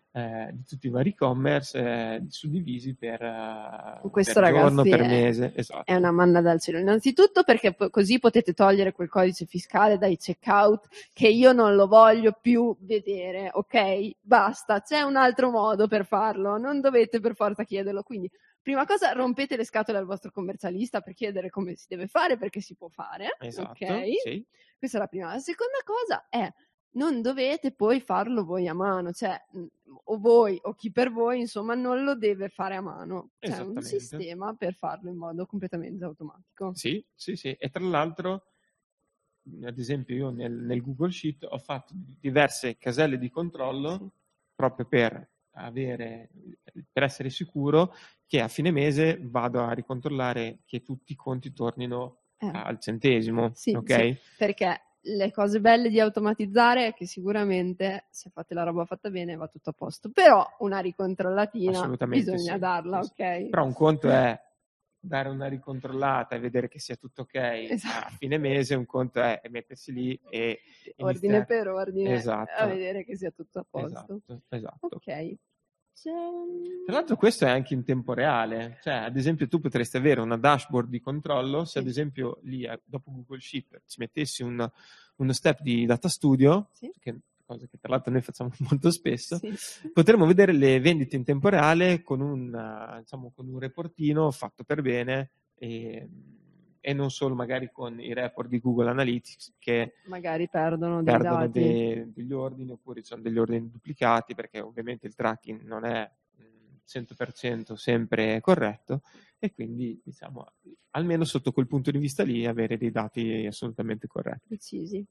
e-commerce suddivisi per Questo, giorno, ragazzi, per mese. Esatto. è una manna dal cielo. Innanzitutto perché così potete togliere quel codice fiscale dai checkout che io non lo voglio più vedere, ok? Basta, c'è un altro modo per farlo, non dovete per forza chiederlo. Quindi, prima cosa, rompete le scatole al vostro commercialista per chiedere come si deve fare, perché si può fare, Esatto, ok? sì. Questa è la prima. La seconda cosa è non dovete poi farlo voi a mano, cioè o voi o chi per voi, insomma, non lo deve fare a mano. C'è un Esattamente. sistema per farlo in modo completamente automatico. Sì, sì, sì. E tra l'altro, ad esempio, io nel Google Sheet ho fatto diverse caselle di controllo Sì. proprio per essere sicuro che a fine mese vado a ricontrollare che tutti i conti tornino al centesimo, Sì, ok? sì, perché le cose belle di automatizzare è che sicuramente se fate la roba fatta bene va tutto a posto, però una ricontrollatina Assolutamente bisogna sì, darla, sì, sì. ok? Però un conto è dare una ricontrollata e vedere che sia tutto ok Esatto. a fine mese, un conto è mettersi lì e Ordine iniziare. per ordine, a Esatto, vedere che sia tutto a posto. esatto. Ok. Tra l'altro questo è anche in tempo reale, cioè ad esempio tu potresti avere una dashboard di controllo se Sì. ad esempio lì dopo Google Sheet ci mettessi uno step di Data Studio, Sì. cosa che tra l'altro noi facciamo molto spesso, Sì. potremmo vedere le vendite in tempo reale con con un reportino fatto per bene e non solo magari con i report di Google Analytics che Magari perdono dei perdono dati. degli ordini oppure ci sono degli ordini duplicati perché ovviamente il tracking non è 100% sempre corretto e quindi diciamo almeno sotto quel punto di vista lì avere dei dati assolutamente corretti. Precisi.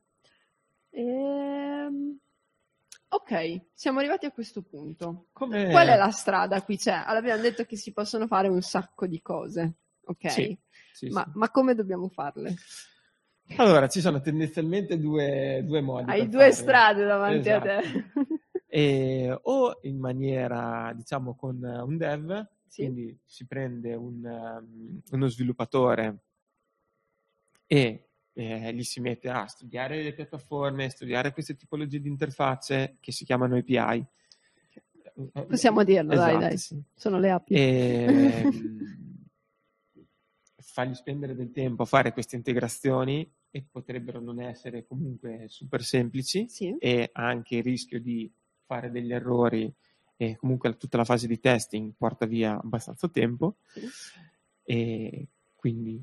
Ok, siamo arrivati a questo punto. Qual è la strada qui? Abbiamo detto che si possono fare un sacco di cose, ok? Sì, sì. Ma come dobbiamo farle? Allora, ci sono tendenzialmente due modi. Hai per due farle. strade davanti a Esatto. te. O in maniera, diciamo, con un dev, Sì. quindi si prende uno sviluppatore e gli si mette a studiare le piattaforme, studiare queste tipologie di interfacce che si chiamano API. Possiamo dirlo, Esatto, dai. sì. Sono le API. E fargli spendere del tempo a fare queste integrazioni e potrebbero non essere comunque super semplici Sì. e anche il rischio di fare degli errori e comunque tutta la fase di testing porta via abbastanza tempo Sì. e quindi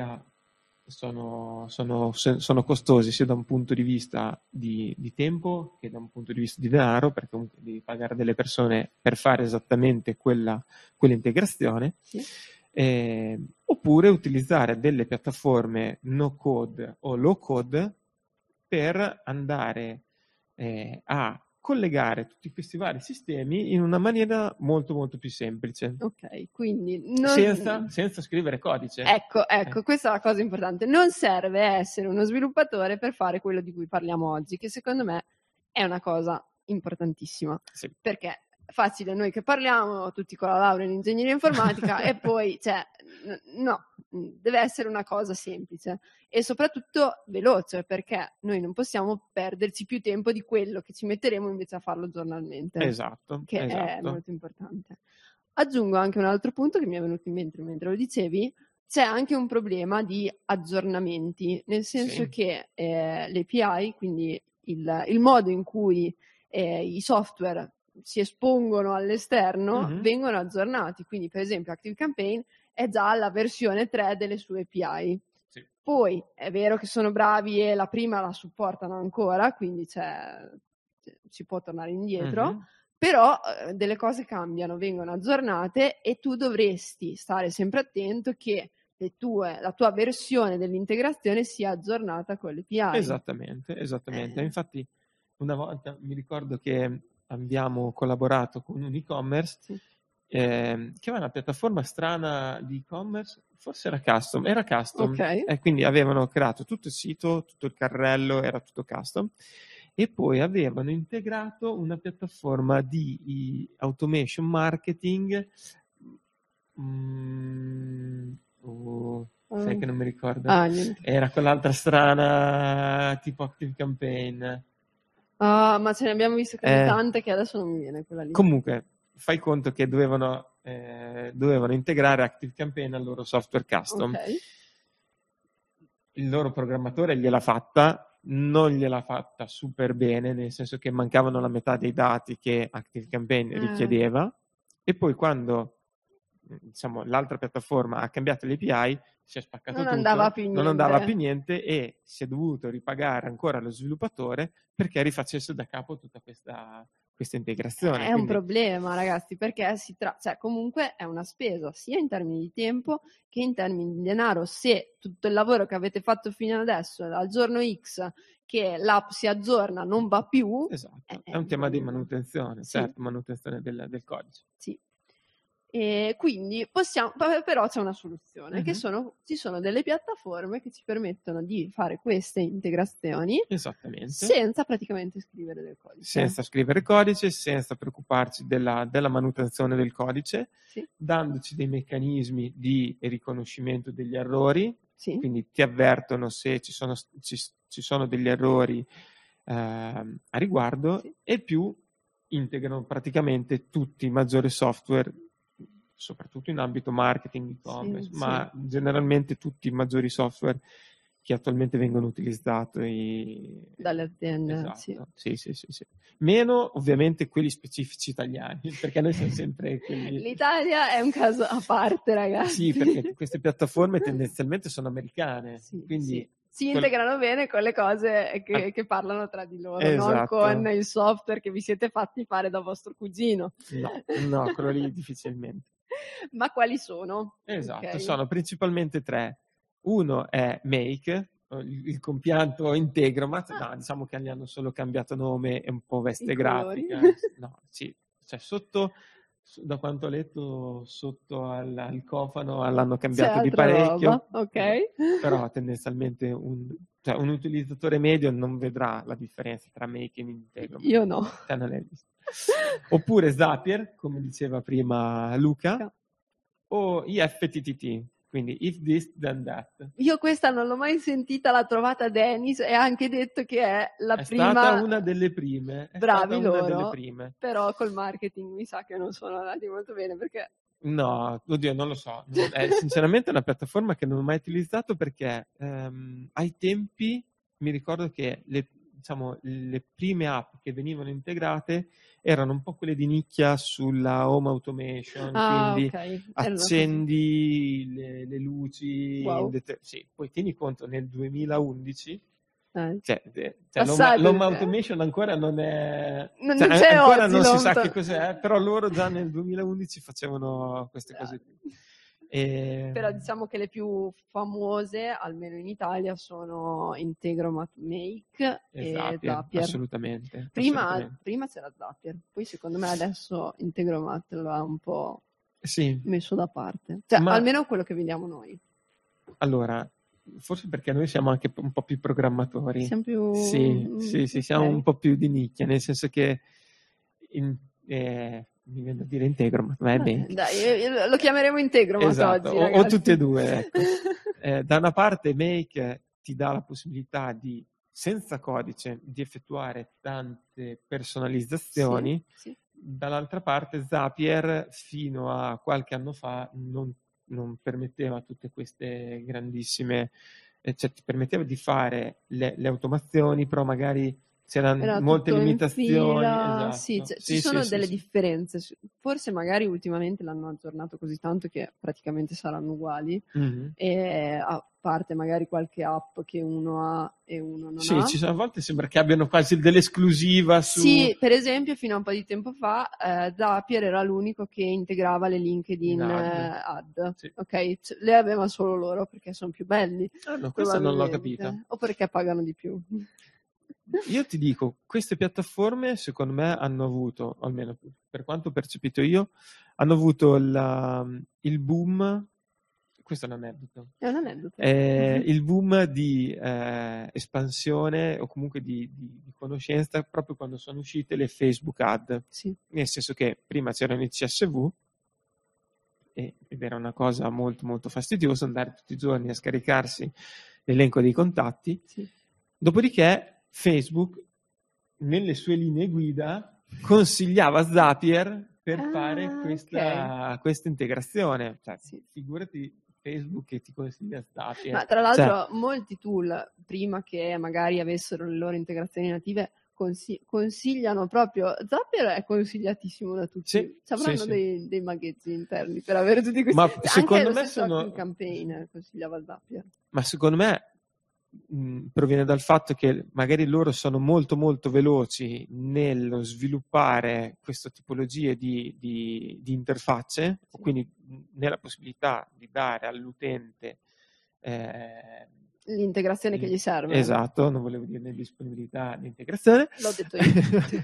sono costosi sia da un punto di vista di tempo che da un punto di vista di denaro, perché comunque devi pagare delle persone per fare esattamente quell'integrazione, Sì. Oppure utilizzare delle piattaforme no code o low code per andare a collegare tutti questi vari sistemi in una maniera molto molto più semplice. Ok, quindi senza scrivere codice. Ecco, questa è la cosa importante. Non serve essere uno sviluppatore per fare quello di cui parliamo oggi, che secondo me è una cosa importantissima. Sì. Perché è facile noi che parliamo, tutti con la laurea in ingegneria informatica, e poi, no, deve essere una cosa semplice e soprattutto veloce, perché noi non possiamo perderci più tempo di quello che ci metteremo invece a farlo giornalmente. Esatto. Che è molto importante. Aggiungo anche un altro punto che mi è venuto in mente mentre lo dicevi, c'è anche un problema di aggiornamenti, nel senso che le API, quindi il modo in cui i software si espongono all'esterno, vengono aggiornati. Quindi, per esempio, ActiveCampaign è già alla versione 3 delle sue API. Sì. Poi è vero che sono bravi e la prima la supportano ancora, quindi si può tornare indietro, però delle cose cambiano, vengono aggiornate e tu dovresti stare sempre attento che la tua versione dell'integrazione sia aggiornata con le API. Esattamente. Infatti una volta mi ricordo che abbiamo collaborato con un e-commerce che aveva una piattaforma strana di e-commerce, forse era custom, Ok. e quindi avevano creato tutto il sito, tutto il carrello, era tutto custom, e poi avevano integrato una piattaforma di automation marketing, sai che non mi ricordo, Niente. era quell'altra strana tipo Active Campaign. Ma ce ne abbiamo viste così tante che adesso non mi viene quella lì. Comunque, fai conto che dovevano integrare Active Campaign al loro software custom. Ok. Il loro programmatore gliel'ha fatta, non gliel'ha fatta super bene, nel senso che mancavano la metà dei dati che Active Campaign richiedeva, e poi quando diciamo, l'altra piattaforma ha cambiato le API, si è spaccato Non tutto, andava più niente e si è dovuto ripagare ancora lo sviluppatore perché rifacesse da capo tutta questa integrazione. È un problema, ragazzi, perché cioè, comunque è una spesa sia in termini di tempo che in termini di denaro. Se tutto il lavoro che avete fatto fino adesso, al giorno X, che l'app si aggiorna, non va più, esatto, è un tema di manutenzione, sì. certo, manutenzione del codice. Sì. E quindi però c'è una soluzione, che ci sono delle piattaforme che ci permettono di fare queste integrazioni senza praticamente scrivere del codice. Senza scrivere codice, senza preoccuparci della manutenzione del codice, dandoci dei meccanismi di riconoscimento degli errori, quindi ti avvertono se ci sono degli errori a riguardo, e più integrano praticamente tutti i maggiori software, soprattutto in ambito marketing, e-commerce, ma generalmente tutti i maggiori software che attualmente vengono utilizzati dalle aziende. Esatto. Sì. Meno ovviamente quelli specifici italiani, perché noi siamo sempre quelli... L'Italia è un caso a parte, ragazzi. Sì, perché queste piattaforme tendenzialmente sono americane, quindi... Si integrano bene con le cose che parlano tra di loro, esatto. non con il software che vi siete fatti fare da vostro cugino. No, quello lì difficilmente. Ma quali sono? Esatto, sono principalmente 3. Uno è Make, il compianto Integromat, diciamo che gli hanno solo cambiato nome e un po' veste grafica. Cioè sotto, da quanto ho letto, sotto al cofano l'hanno cambiato di parecchio. Però tendenzialmente un utilizzatore medio non vedrà la differenza tra Make e Integromat. Io no. Te non l'hai visto. Oppure Zapier, come diceva prima Luca, o IFTTT, quindi if this then that. Io questa non l'ho mai sentita, l'ha trovata Dennis e ha anche detto che è la prima. È stata una delle prime. Bravi loro, però col marketing mi sa che non sono andati molto bene, perché... No, oddio, non lo so. È sinceramente una piattaforma che non ho mai utilizzato perché ai tempi mi ricordo che le prime app che venivano integrate erano un po' quelle di nicchia sulla home automation, quindi accendi le luci, poi tieni conto nel 2011 l'home automation ancora non è ancora non si sa che cos'è, però loro già nel 2011 facevano queste cose qui. Però diciamo che le più famose, almeno in Italia, sono Integromat, Make e Zapier. Assolutamente. Prima c'era Zapier, poi secondo me adesso Integromat lo ha un po' messo da parte. Almeno quello che vediamo noi. Allora, forse perché noi siamo anche un po' più programmatori. Siamo più... siamo un po' più di nicchia, nel senso che mi viene a dire Integromat, ma è bene. Dai, lo chiameremo Integromat oggi, o tutte e due, ecco. Da una parte Make ti dà la possibilità di, senza codice, di effettuare tante personalizzazioni. Dall'altra parte Zapier fino a qualche anno fa non permetteva tutte queste grandissime, cioè ti permetteva di fare le automazioni, però magari c'erano Era molte tutto in limitazioni, fila, esatto. sì, ci Sì, sono sì, delle sì. differenze, forse magari ultimamente l'hanno aggiornato così tanto che praticamente saranno uguali, Mhm. e a parte magari qualche app che uno ha e uno non Sì, ha. a volte sembra che abbiano quasi dell'esclusiva su Sì, per esempio, fino a un po' di tempo fa, Zapier era l'unico che integrava le in LinkedIn ad. ad, Sì. ok? Le aveva solo loro perché sono più belli, Ah no, questa non l'ho capita. probabilmente, o perché pagano di più. Io ti dico, queste piattaforme secondo me hanno avuto, almeno per quanto ho percepito io, hanno avuto il boom, questo è un aneddoto, È un aneddoto. il boom di espansione o comunque di conoscenza proprio quando sono uscite le Facebook ad, Sì, nel senso che prima c'erano i CSV ed era una cosa molto molto fastidiosa andare tutti i giorni a scaricarsi l'elenco dei contatti. sì. Dopodiché Facebook, nelle sue linee guida, consigliava Zapier per fare Ah, questa integrazione. Cioè, sì. figurati Facebook che ti consiglia Zapier. Ma tra Cioè, l'altro molti tool, prima che magari avessero le loro integrazioni native, consigliano proprio, Zapier è consigliatissimo da tutti, sì, ci sì, avranno sì. dei maghetti interni per avere tutti questi, Ma anche secondo lo me stesso Active Campaign consigliava Zapier. Ma secondo me proviene dal fatto che magari loro sono molto molto veloci nello sviluppare queste tipologie di interfacce, Sì. quindi nella possibilità di dare all'utente L'integrazione che gli serve. esatto, non volevo dire né disponibilità né integrazione. L'ho detto io.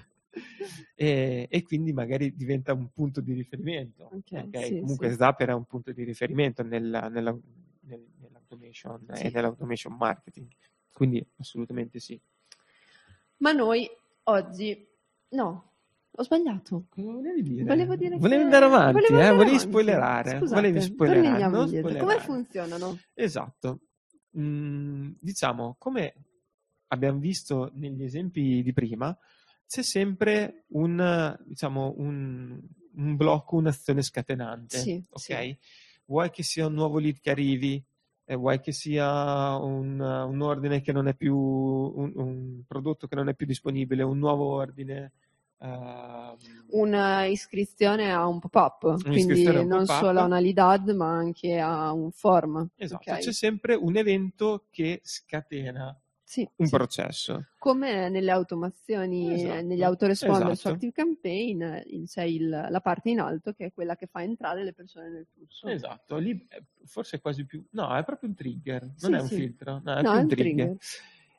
e quindi magari diventa un punto di riferimento. Ok, Ok? sì, Comunque sì. Zapier è un punto di riferimento nell'automation e Sì. nell'automation marketing, quindi assolutamente sì. Ma noi oggi, no, ho sbagliato. Cosa volevi dire? Volevo dire Volevi che andare avanti, volevo andare volevi avanti. spoilerare, Scusate, torniamo non indietro. Come spoilerare. funzionano? Esatto. Diciamo, come abbiamo visto negli esempi di prima, c'è sempre diciamo, un blocco, un'azione scatenante, Sì, ok? sì. Vuoi che sia un nuovo lead che arrivi, vuoi che sia un ordine che non è più, un prodotto che non è più disponibile, un nuovo ordine, Un'iscrizione a un pop-up, un'iscrizione a quindi un non solo a pop-up. una lead ad, ma anche a un form. Esatto, Ok? c'è sempre un evento che scatena Sì, un sì. processo. Come nelle automazioni, negli Esatto, autoresponder su esatto, Active Campaign, c'è la parte in alto che è quella che fa entrare le persone nel flusso. esatto. Lì forse è quasi più... No, è proprio un trigger, non Sì, è un sì. filtro, no, è No, più è un un trigger. trigger.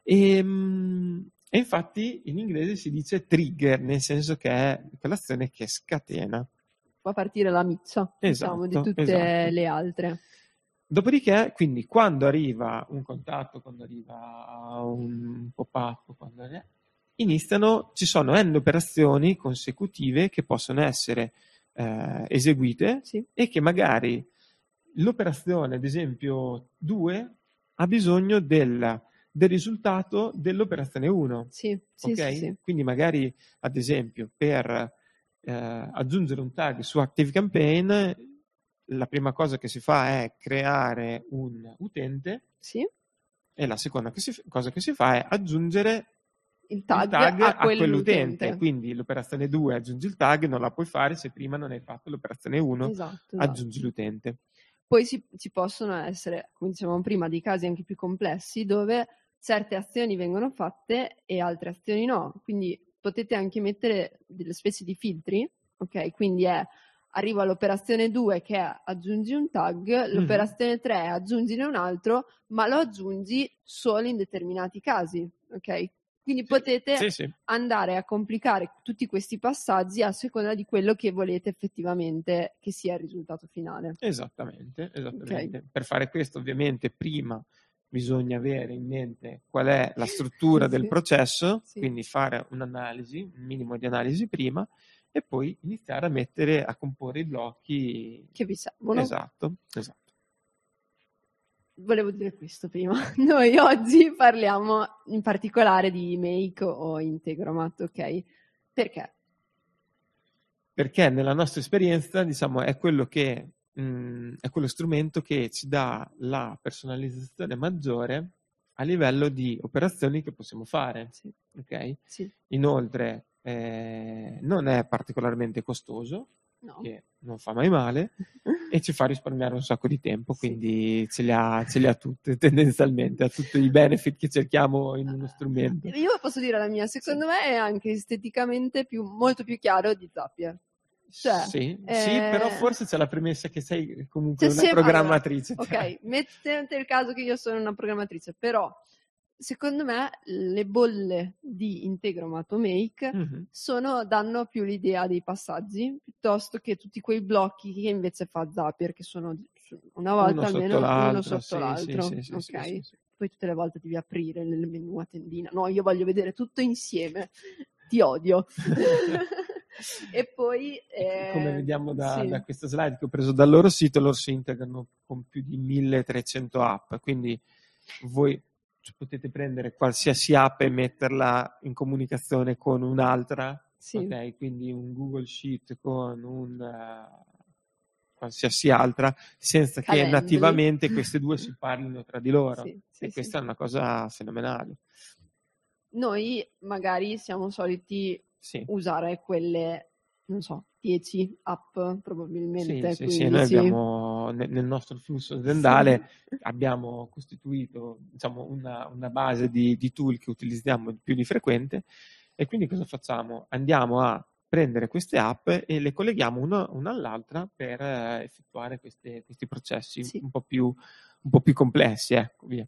E infatti in inglese si dice trigger, nel senso che è quell'azione che scatena. Fa partire la miccia, diciamo, di Esatto, tutte esatto. le altre. Dopodiché, quindi, quando arriva un contatto, quando arriva un pop-up, ci sono n operazioni consecutive che possono essere eseguite Sì, e che magari l'operazione, ad esempio 2, ha bisogno del risultato dell'operazione 1. sì, sì, sì, Ok? sì. Quindi magari, ad esempio, per aggiungere un tag su ActiveCampaign, la prima cosa che si fa è creare un utente Sì, e la seconda cosa che si fa è aggiungere il il tag tag a a quell'utente. quell'utente. Quindi l'operazione 2 aggiungi il tag, non la puoi fare se prima non hai fatto l'operazione 1, Esatto, aggiungi esatto. l'utente. Poi ci possono essere, come dicevamo prima, dei casi anche più complessi dove certe azioni vengono fatte e altre azioni no. Quindi potete anche mettere delle specie di filtri, ok? Quindi arrivo all'operazione 2 che è aggiungi un tag, l'operazione 3 è aggiungine un altro, ma lo aggiungi solo in determinati casi, ok? Quindi potete Sì. andare a complicare tutti questi passaggi a seconda di quello che volete effettivamente che sia il risultato finale. Esattamente. Ok. Per fare questo, ovviamente, prima bisogna avere in mente qual è la struttura del Sì, processo, sì. quindi fare un'analisi, un minimo di analisi prima, e poi iniziare a comporre i blocchi. Che vi servono. Esatto. Volevo dire questo prima. Noi oggi parliamo in particolare di Make o Integromat, ok? Perché? Perché nella nostra esperienza, diciamo, è quello strumento che ci dà la personalizzazione maggiore a livello di operazioni che possiamo fare. Sì. Ok? Sì. Inoltre non è particolarmente costoso, No. che non fa mai male, e ci fa risparmiare un sacco di tempo, Sì. quindi ce le ha tutte tendenzialmente, ha tutti i benefit che cerchiamo in uno strumento. Io posso dire la mia, secondo me è anche esteticamente molto più chiaro di Zapier. Cioè, sì, però forse c'è la premessa che sei comunque c'è una sempre- programmatrice. allora, ok, mettete il caso che io sono una programmatrice, però secondo me le bolle di Integromat o Make Mhm. danno più l'idea dei passaggi piuttosto che tutti quei blocchi che invece fa Zapier, che sono una volta Uno almeno sotto l'altro, uno sotto sì, l'altro. sì, sì, Ok? sì, sì, sì. Poi tutte le volte devi aprire nel menu a tendina. No, io voglio vedere tutto insieme. Ti odio. E poi come vediamo sì. da questa slide che ho preso dal loro sito, loro si integrano con più di 1300 app, quindi voi potete prendere qualsiasi app e metterla in comunicazione con un'altra, Sì. ok? Quindi un Google Sheet con qualsiasi altra, senza che Calendly. nativamente queste due si parlino tra di loro. Sì, E sì, questa è una cosa fenomenale. Noi magari siamo soliti Sì. usare quelle, non so, 10 app probabilmente, Sì, 15. noi abbiamo nel nostro flusso aziendale abbiamo costituito, diciamo, una base di tool che utilizziamo più di frequente, e quindi cosa facciamo? Andiamo a prendere queste app e le colleghiamo una all'altra per effettuare questi processi Sì. un po' più complessi, ecco, via.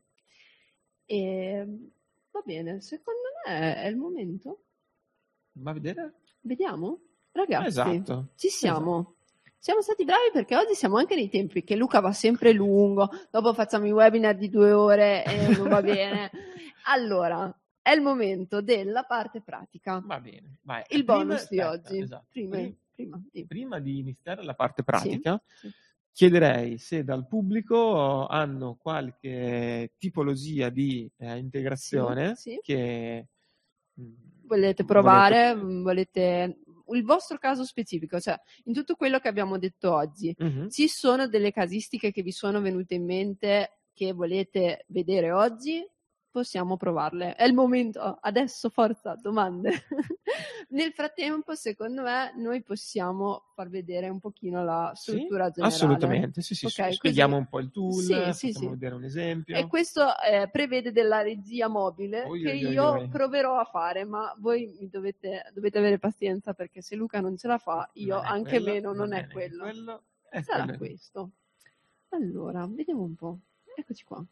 E va bene, secondo me è il momento. Va a vedere? Vediamo? Ragazzi, Esatto. ci siamo. Siamo stati bravi perché oggi siamo anche nei tempi che Luca va sempre lungo, dopo facciamo i webinar di 2 ore e non va bene. Allora, è il momento della parte pratica. Va bene, vai. Il bonus di Aspetta, oggi. esatto. Prima di iniziare la parte pratica, Sì. chiederei se dal pubblico hanno qualche tipologia di integrazione Sì. che Volete provare, volete il vostro caso specifico, cioè in tutto quello che abbiamo detto oggi, Mhm. ci sono delle casistiche che vi sono venute in mente che volete vedere oggi? Possiamo provarle. È il momento, adesso forza, domande. Nel frattempo, secondo me, noi possiamo far vedere un pochino la struttura generale. Assolutamente, sì, Ok, spieghiamo così- un po' il tool, Sì. facciamo vedere un esempio. E questo prevede della regia mobile che io proverò a fare, ma voi dovete avere pazienza perché se Luca non ce la fa, io Non è anche quello, meno, non è è quello. è Sarà quello. questo. Allora, vediamo un po'. Eccoci qua.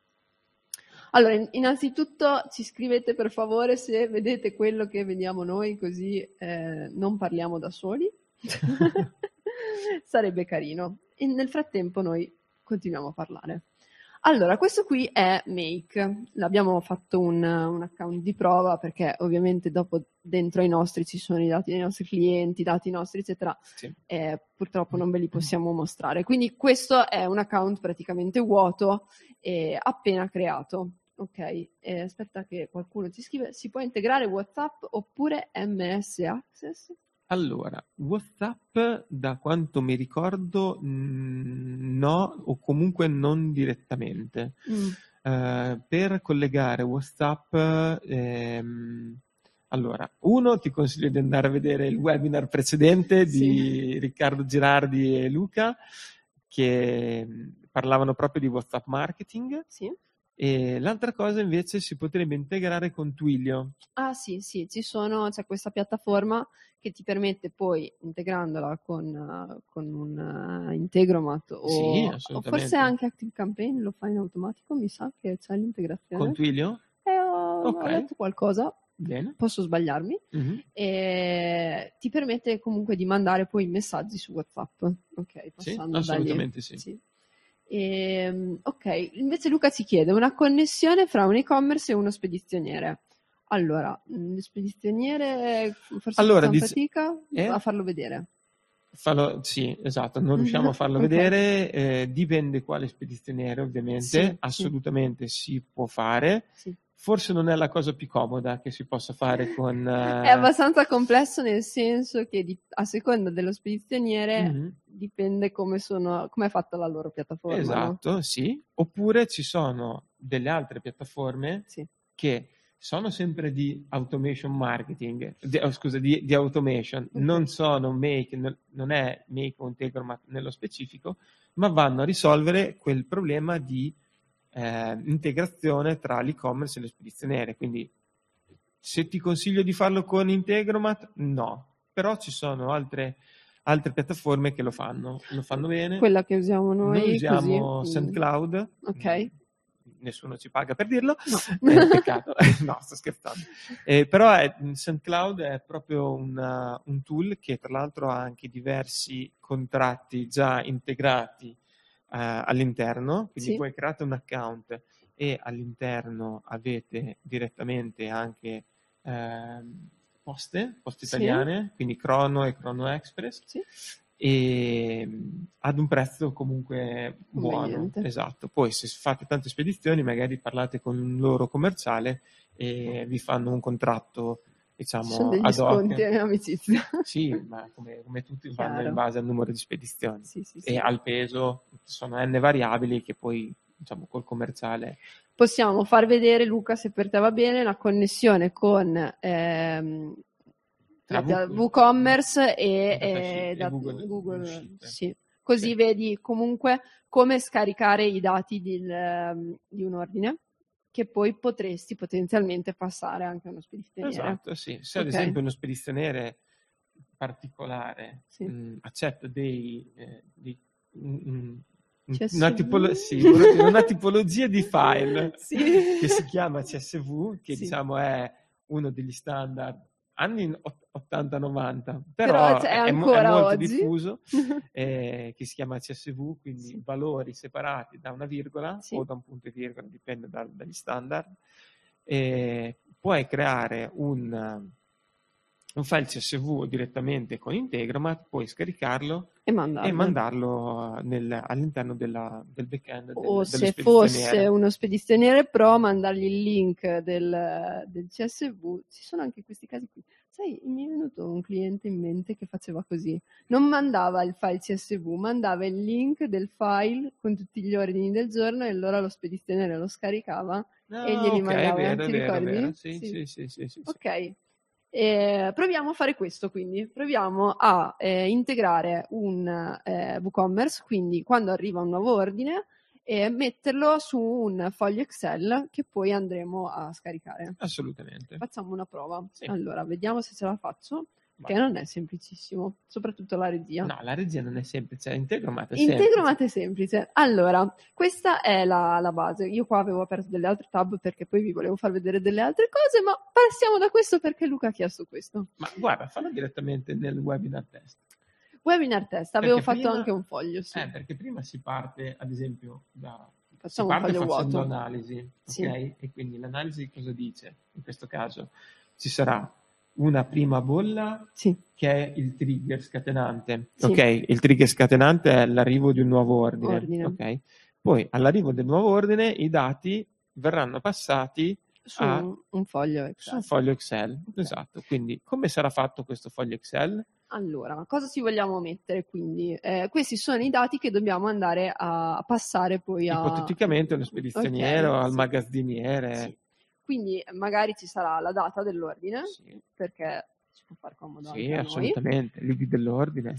Allora, innanzitutto ci scrivete per favore se vedete quello che vediamo noi, così non parliamo da soli. Sarebbe carino. E nel frattempo noi continuiamo a parlare. Allora, questo qui è Make. L'abbiamo fatto un account di prova perché ovviamente dopo dentro ai nostri ci sono i dati dei nostri clienti, i dati nostri, eccetera. Sì. Purtroppo non ve li possiamo mostrare. Quindi questo è un account praticamente vuoto, appena creato. Ok, aspetta che qualcuno ci scrive. Si può integrare WhatsApp oppure MS Access? Allora, WhatsApp, da quanto mi ricordo, no, o comunque non direttamente. Per collegare WhatsApp, allora, ti consiglio di andare a vedere il webinar precedente di Riccardo Girardi e Luca, che parlavano proprio di WhatsApp marketing. Sì. E l'altra cosa invece si potrebbe integrare con Twilio. Ah sì, c'è questa piattaforma che ti permette poi, integrandola con un Integromat Sì, o assolutamente. forse anche ActiveCampaign lo fa in automatico, mi sa che c'è l'integrazione. Con Twilio? Ho letto qualcosa, bene, posso sbagliarmi, e ti permette comunque di mandare poi messaggi su WhatsApp, ok, passando assolutamente da lì. sì. Ok, invece Luca ci chiede una connessione fra un e-commerce e uno spedizioniere. Allora, il spedizioniere forse facciamo fatica a farlo vedere. Sì, esatto, non riusciamo a farlo vedere, dipende quale spedizioniere ovviamente, assolutamente si può fare. Sì. forse non è la cosa più comoda che si possa fare con... È abbastanza complesso, nel senso che a seconda dello spedizioniere dipende come è fatta la loro piattaforma. Esatto, no? sì. Oppure ci sono delle altre piattaforme che sono sempre di automation marketing, di automation, non sono non è Make o Integromat nello specifico, ma vanno a risolvere quel problema di integrazione tra l'e-commerce e lo spedizioniere. Quindi se ti consiglio di farlo con Integromat, no, però ci sono altre piattaforme che lo fanno bene. Quella che usiamo noi usiamo così. SendCloud. Ok. Nessuno ci paga per dirlo, No. Peccato, no, sto scherzando. Però SendCloud è proprio un tool che tra l'altro ha anche diversi contratti già integrati all'interno, quindi voi create un account e all'interno avete direttamente anche poste italiane, quindi Crono e Crono Express, e ad un prezzo comunque buono. Esatto. Poi se fate tante spedizioni magari parlate con un loro commerciale e vi fanno un contratto, diciamo, sono degli ad hoc. sconti e amicizia. Sì, ma come tutti vanno in base al numero di spedizioni e al peso, sono n variabili che poi, diciamo, col commerciale possiamo far vedere, Luca, se per te va bene, la connessione con WooCommerce e Google. Sì. Così vedi comunque come scaricare i dati di un ordine che poi potresti potenzialmente passare anche a uno spedizioniere. Esatto, sì. Se ad esempio uno spedizioniere particolare accetta una tipologia di file che si chiama CSV, che diciamo è uno degli standard anni 80-90, però è molto oggi diffuso, che si chiama CSV, quindi valori separati da una virgola o da un punto e virgola, dipende dagli standard. Puoi creare un file CSV direttamente con Integromat, puoi scaricarlo e mandarlo all'interno del backend o se fosse uno spedizioniere pro, mandargli il link del CSV. Ci sono anche questi casi qui. Sai, mi è venuto un cliente in mente che faceva così: non mandava il file CSV, mandava il link del file con tutti gli ordini del giorno, e allora lo spedizioniere lo scaricava e glieli mandava. Ti ricordi? Sì. Ok. Proviamo a fare questo, quindi proviamo a integrare un WooCommerce, quindi quando arriva un nuovo ordine, e metterlo su un foglio Excel che poi andremo a scaricare. Assolutamente. Facciamo una prova. Allora, vediamo se ce la faccio, che non è semplicissimo, soprattutto la regia. No, la regia non è semplice, Integromat è semplice. Allora, questa è la base. Io qua avevo aperto delle altre tab perché poi vi volevo far vedere delle altre cose, ma passiamo da questo perché Luca ha chiesto questo. Ma guarda, fallo direttamente nel webinar test. Webinar test, avevo fatto anche un foglio. Perché prima si parte, ad esempio, facendo analisi, ok? E quindi l'analisi cosa dice? In questo caso ci sarà una prima bolla che è il trigger scatenante, ok? Il trigger scatenante è l'arrivo di un nuovo ordine. Ok? Poi all'arrivo del nuovo ordine i dati verranno passati su un foglio Excel. Su un foglio Excel, esatto. Quindi come sarà fatto questo foglio Excel? Allora, cosa ci vogliamo mettere? Quindi questi sono i dati che dobbiamo andare a passare poi ipoteticamente allo spedizioniere o al magazziniere. Quindi magari ci sarà la data dell'ordine, perché ci può far comodo anche a noi. Assolutamente, l'ID dell'ordine.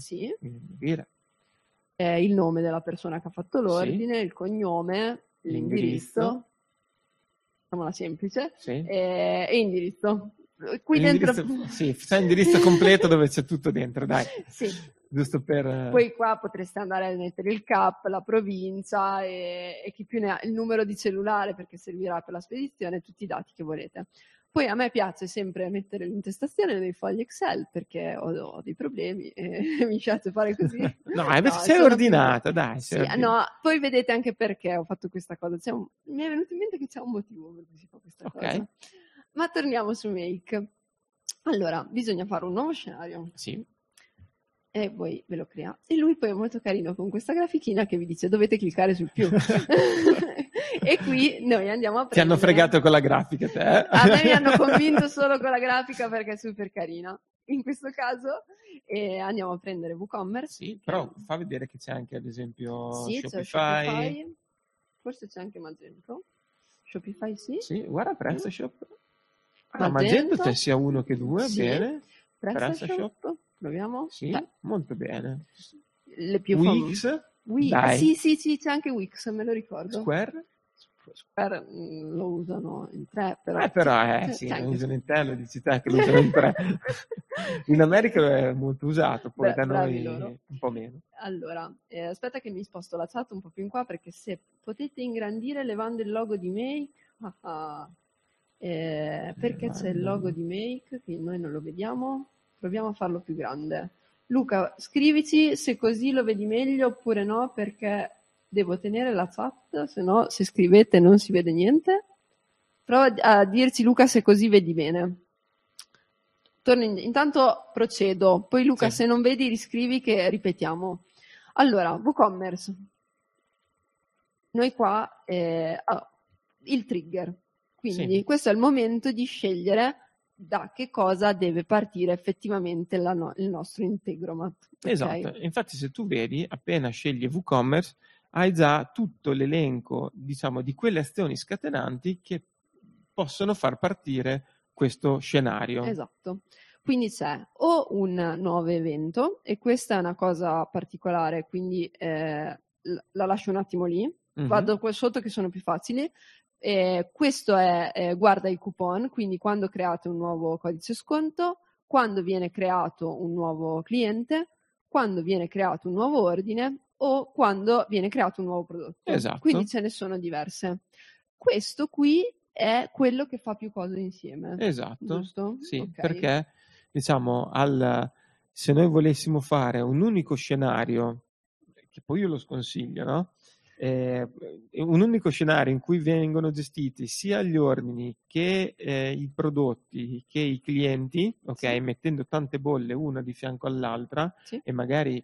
Il nome della persona che ha fatto l'ordine, il cognome, l'indirizzo, facciamola semplice, e indirizzo. Qui dentro c'è l'indirizzo completo dove c'è tutto dentro, dai. Giusto per... Poi qua potreste andare a mettere il CAP, la provincia e chi più ne ha, il numero di cellulare, perché servirà per la spedizione, tutti i dati che volete. Poi a me piace sempre mettere l'intestazione nei fogli Excel perché ho dei problemi e mi piace fare così. Perché sei ordinata, dai. Poi vedete anche perché ho fatto questa cosa. Mi è venuto in mente che c'è un motivo per cui si fa questa cosa. Ma torniamo su Make. Allora, bisogna fare un nuovo scenario. E poi ve lo crea. E lui poi è molto carino con questa grafichina che vi dice dovete cliccare sul più. E qui noi andiamo a Ti hanno prendere... fregato con la grafica, te? A me mi hanno convinto solo con la grafica perché è super carina. In questo caso andiamo a prendere WooCommerce. Sì, però fa vedere che c'è anche ad esempio Sì, c'è Shopify. Shopify. Forse c'è anche Magento. Shopify sì. Sì, guarda PrestaShop. Magento. Magento c'è sia uno che due, Sì. bene. PrestaShop. Proviamo. Sì, Beh, molto bene. le più Wix, dai. Sì, c'è anche Wix, me lo ricordo. Square? Square lo usano in 3, però... Sì, c'è lo anche usano in te, lo dici te che lo usano in 3. In America è molto usato, poi Beh, da bravi noi loro. un po' meno. Allora, aspetta che mi sposto la chat un po' più in qua, perché se potete ingrandire levando il logo di Make, perché c'è il logo di Make che noi non lo vediamo, proviamo a farlo più grande. Luca, scrivici se così lo vedi meglio oppure no, perché devo tenere la chat, se no se scrivete non si vede niente. Prova a dirci Luca se così vedi bene. Intanto procedo, poi Luca Sì. se non vedi riscrivi che ripetiamo. Allora, WooCommerce. Noi qua, il trigger. Quindi Sì. questo è il momento di scegliere da che cosa deve partire effettivamente il nostro integromat. Esatto, Okay? infatti se tu vedi, appena scegli WooCommerce, hai già tutto l'elenco, diciamo, di quelle azioni scatenanti che possono far partire questo scenario. Esatto. Quindi c'è o un nuovo evento, e questa è una cosa particolare, quindi la lascio un attimo lì, vado qua sotto che sono più facili. Questo è guarda i coupon, quindi quando create un nuovo codice sconto, quando viene creato un nuovo cliente, quando viene creato un nuovo ordine o quando viene creato un nuovo prodotto. Esatto. Quindi ce ne sono diverse. Questo qui è quello che fa più cose insieme. Esatto. Giusto? Sì, Okay. perché diciamo se noi volessimo fare un unico scenario, che poi io lo sconsiglio, no? Un unico scenario in cui vengono gestiti sia gli ordini che i prodotti che i clienti, ok? Sì. Mettendo tante bolle una di fianco all'altra, Sì. e magari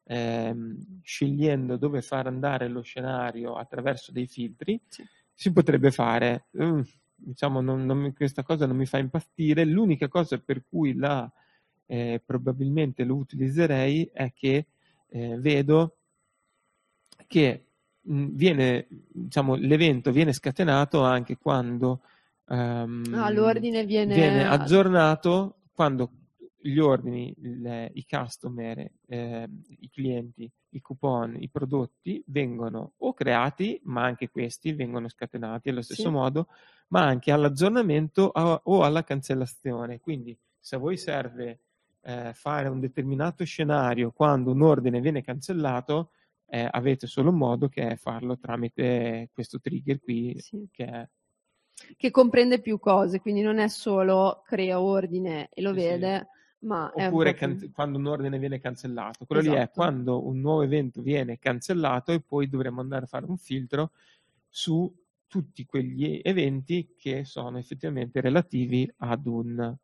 scegliendo dove far andare lo scenario attraverso dei filtri, Sì. si potrebbe fare. Diciamo, questa cosa non mi fa impazzire. L'unica cosa per cui probabilmente lo utilizzerei è che vedo che l'evento viene scatenato anche quando l'ordine viene aggiornato, quando gli ordini, i customer, i clienti, i coupon, i prodotti vengono o creati, ma anche questi vengono scatenati allo stesso modo, ma anche all'aggiornamento o alla cancellazione. Quindi se a voi serve fare un determinato scenario quando un ordine viene cancellato, avete solo un modo, che è farlo tramite questo trigger qui, che comprende più cose, quindi non è solo crea ordine e lo vede, ma oppure è un po' quando un ordine viene cancellato. Quello lì è quando un nuovo evento viene cancellato, e poi dovremo andare a fare un filtro su tutti quegli eventi che sono effettivamente relativi ad un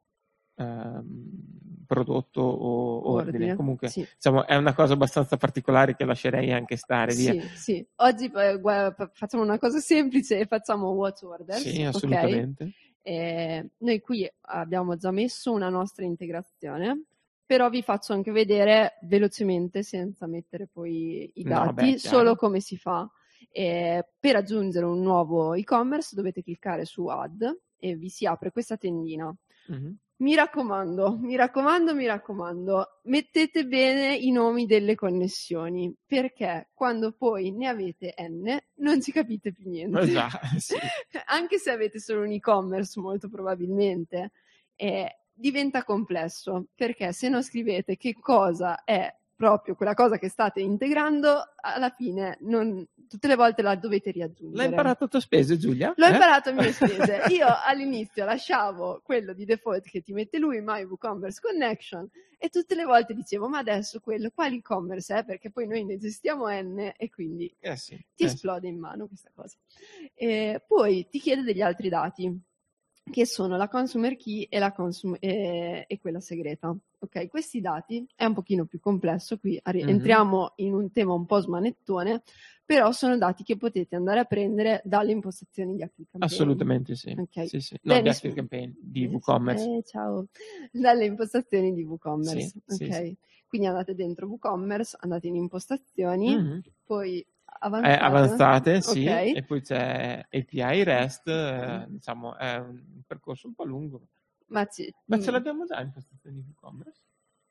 prodotto o ordine. Comunque, diciamo, è una cosa abbastanza particolare che lascerei anche stare via. Sì. Oggi facciamo una cosa semplice e facciamo watch orders. Sì, assolutamente. Okay? Noi qui abbiamo già messo una nostra integrazione, però vi faccio anche vedere velocemente, senza mettere poi i dati, solo come si fa. Per aggiungere un nuovo e-commerce dovete cliccare su add e vi si apre questa tendina. Mm-hmm. Mi raccomando, mettete bene i nomi delle connessioni, perché quando poi ne avete n non ci capite più niente. Sì. Anche se avete solo un e-commerce, molto probabilmente diventa complesso, perché se non scrivete che cosa è proprio quella cosa che state integrando, alla fine tutte le volte la dovete riaggiungere. L'hai imparato a tue spese, Giulia? L'ho imparato a mie spese. Io all'inizio lasciavo quello di default che ti mette lui, My WooCommerce Connection, e tutte le volte dicevo, ma adesso quello, quale e-commerce è? Perché poi noi ne gestiamo n e quindi ti esplode in mano questa cosa. Poi ti chiede degli altri dati, che sono la consumer key e e quella segreta. Ok, questi dati è un pochino più complesso, qui entriamo in un tema un po' smanettone, però sono dati che potete andare a prendere dalle impostazioni di ActiveCampaign. Assolutamente sì. Ok. Sì, sì. No, di Bene, ActiveCampaign, di WooCommerce. ciao. Dalle impostazioni di WooCommerce. Sì, Ok. sì. Quindi andate dentro WooCommerce, andate in impostazioni, Mhm. poi avanzate. Avanzate, sì, Ok. e poi c'è API REST, diciamo, è un percorso un po' lungo. Ma Ma ce l'abbiamo già in impostazioni di WooCommerce?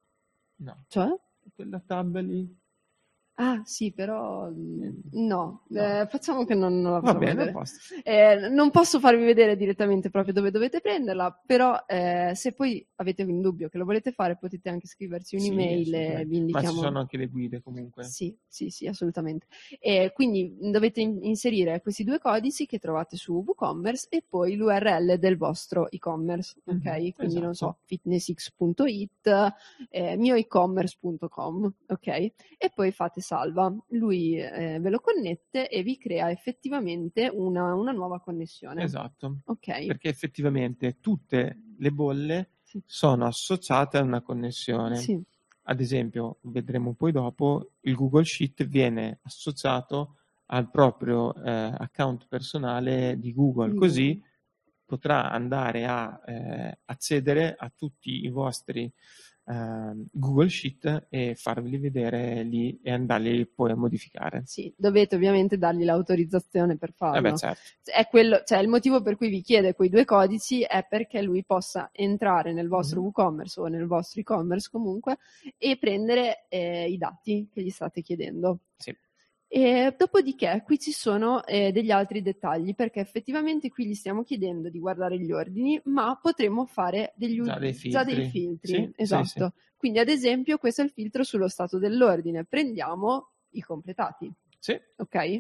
No. cioè? Quella tab lì? Ah, sì, però no. No. Facciamo che non la Va possiamo bene, a vedere. posto. Non posso farvi vedere direttamente proprio dove dovete prenderla, però se poi avete un dubbio che lo volete fare, potete anche scriverci Sì, un'email e assolutamente. vi indichiamo. Ma ci sono anche le guide comunque. Sì, assolutamente. Quindi dovete inserire questi due codici che trovate su WooCommerce e poi l'URL del vostro e-commerce, ok? Quindi non so, Esatto. fitnessx.it, mioecommerce.com, ok? E poi fate salva. Lui ve lo connette e vi crea effettivamente una nuova connessione. Esatto. Ok. Perché effettivamente tutte le bolle Sì. sono associate a una connessione. Sì. Ad esempio, vedremo poi dopo, il Google Sheet viene associato al proprio account personale di Google, così potrà andare a accedere a tutti i vostri Google Sheet e farveli vedere lì e andarli poi a modificare. Sì, dovete ovviamente dargli l'autorizzazione per farlo. Certo. È quello, cioè il motivo per cui vi chiede quei due codici è perché lui possa entrare nel vostro WooCommerce o nel vostro e-commerce comunque e prendere i dati che gli state chiedendo. Sì. E dopodiché qui ci sono degli altri dettagli, perché effettivamente qui gli stiamo chiedendo di guardare gli ordini, ma potremmo fare già dei filtri. Sì, esatto. sì. Quindi ad esempio questo è il filtro sullo stato dell'ordine. Prendiamo i completati. Sì. Ok?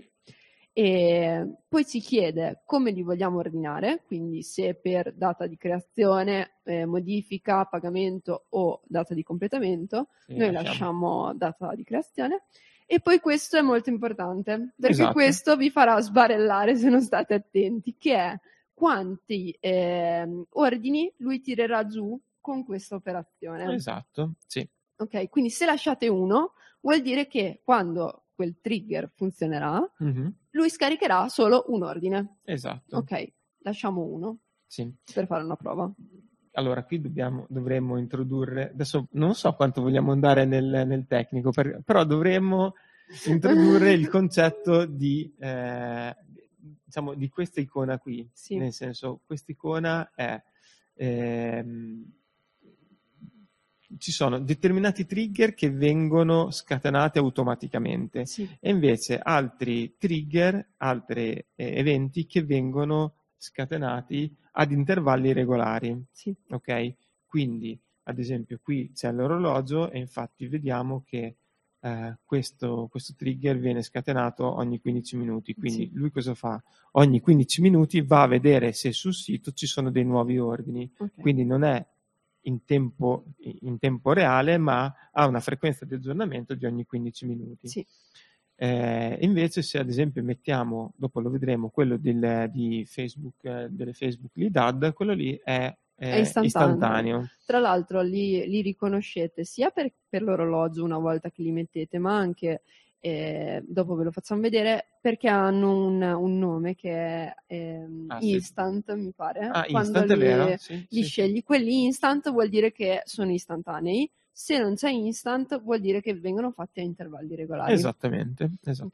E poi ci chiede come li vogliamo ordinare, quindi se per data di creazione, modifica, pagamento o data di completamento. Sì, noi lasciamo data di creazione. E poi questo è molto importante, perché questo vi farà sbarellare se non state attenti, che è quanti ordini lui tirerà giù con questa operazione. Esatto, sì. Ok, quindi se lasciate uno, vuol dire che quando quel trigger funzionerà, lui scaricherà solo un ordine. Esatto. Ok, lasciamo uno per fare una prova. Allora, qui dovremmo introdurre, adesso non so quanto vogliamo andare nel tecnico, però dovremmo introdurre il concetto di, diciamo, di questa icona qui. Sì. Nel senso, questa icona è... ci sono determinati trigger che vengono scatenati automaticamente e invece altri trigger, altri eventi che vengono scatenati ad intervalli regolari. Ok? Quindi, ad esempio, qui c'è l'orologio e infatti vediamo che questo trigger viene scatenato ogni 15 minuti. Quindi lui cosa fa? Ogni 15 minuti va a vedere se sul sito ci sono dei nuovi ordini. Quindi non è in tempo reale, ma ha una frequenza di aggiornamento di ogni 15 minuti. Invece se ad esempio mettiamo, dopo lo vedremo, quello di Facebook, delle Facebook Lead Ad, quello lì è istantaneo. Tra l'altro li riconoscete sia per l'orologio una volta che li mettete, ma anche dopo ve lo facciamo vedere, perché hanno un nome che è instant, mi pare. Quando instant, è vero? li scegli, quelli instant vuol dire che sono istantanei. Se non c'è instant vuol dire che vengono fatti a intervalli regolari. Esattamente.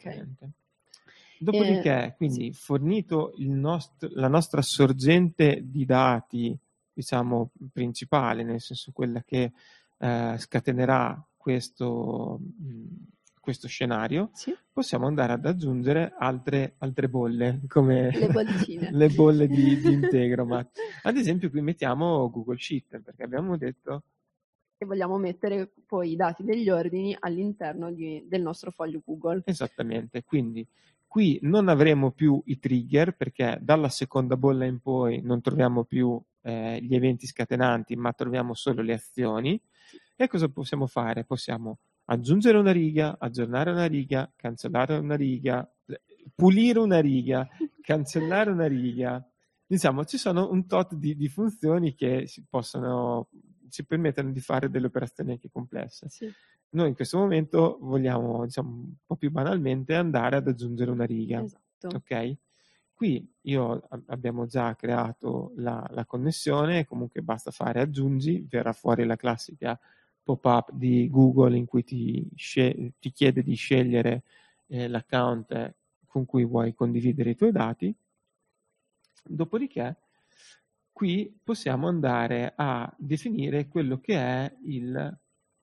Dopodiché, quindi fornito la nostra sorgente di dati, diciamo, principale, nel senso quella che scatenerà questo scenario, possiamo andare ad aggiungere altre bolle, come le bollicine. le bolle di Integromat. Ad esempio qui mettiamo Google Sheet, perché abbiamo detto che vogliamo mettere poi i dati degli ordini all'interno del nostro foglio Google. Esattamente, quindi qui non avremo più i trigger, perché dalla seconda bolla in poi non troviamo più gli eventi scatenanti, ma troviamo solo le azioni. E cosa possiamo fare? Possiamo aggiungere una riga, aggiornare una riga, cancellare una riga, pulire una riga, cancellare una riga. Diciamo, ci sono un tot di funzioni che ci permettono di fare delle operazioni anche complesse. noi in questo momento vogliamo, diciamo, un po' più banalmente andare ad aggiungere una riga. Esatto. Ok? Qui abbiamo già creato la connessione, comunque basta fare aggiungi, verrà fuori la classica pop-up di Google in cui ti chiede di scegliere l'account con cui vuoi condividere i tuoi dati. Dopodiché qui possiamo andare a definire quello che è il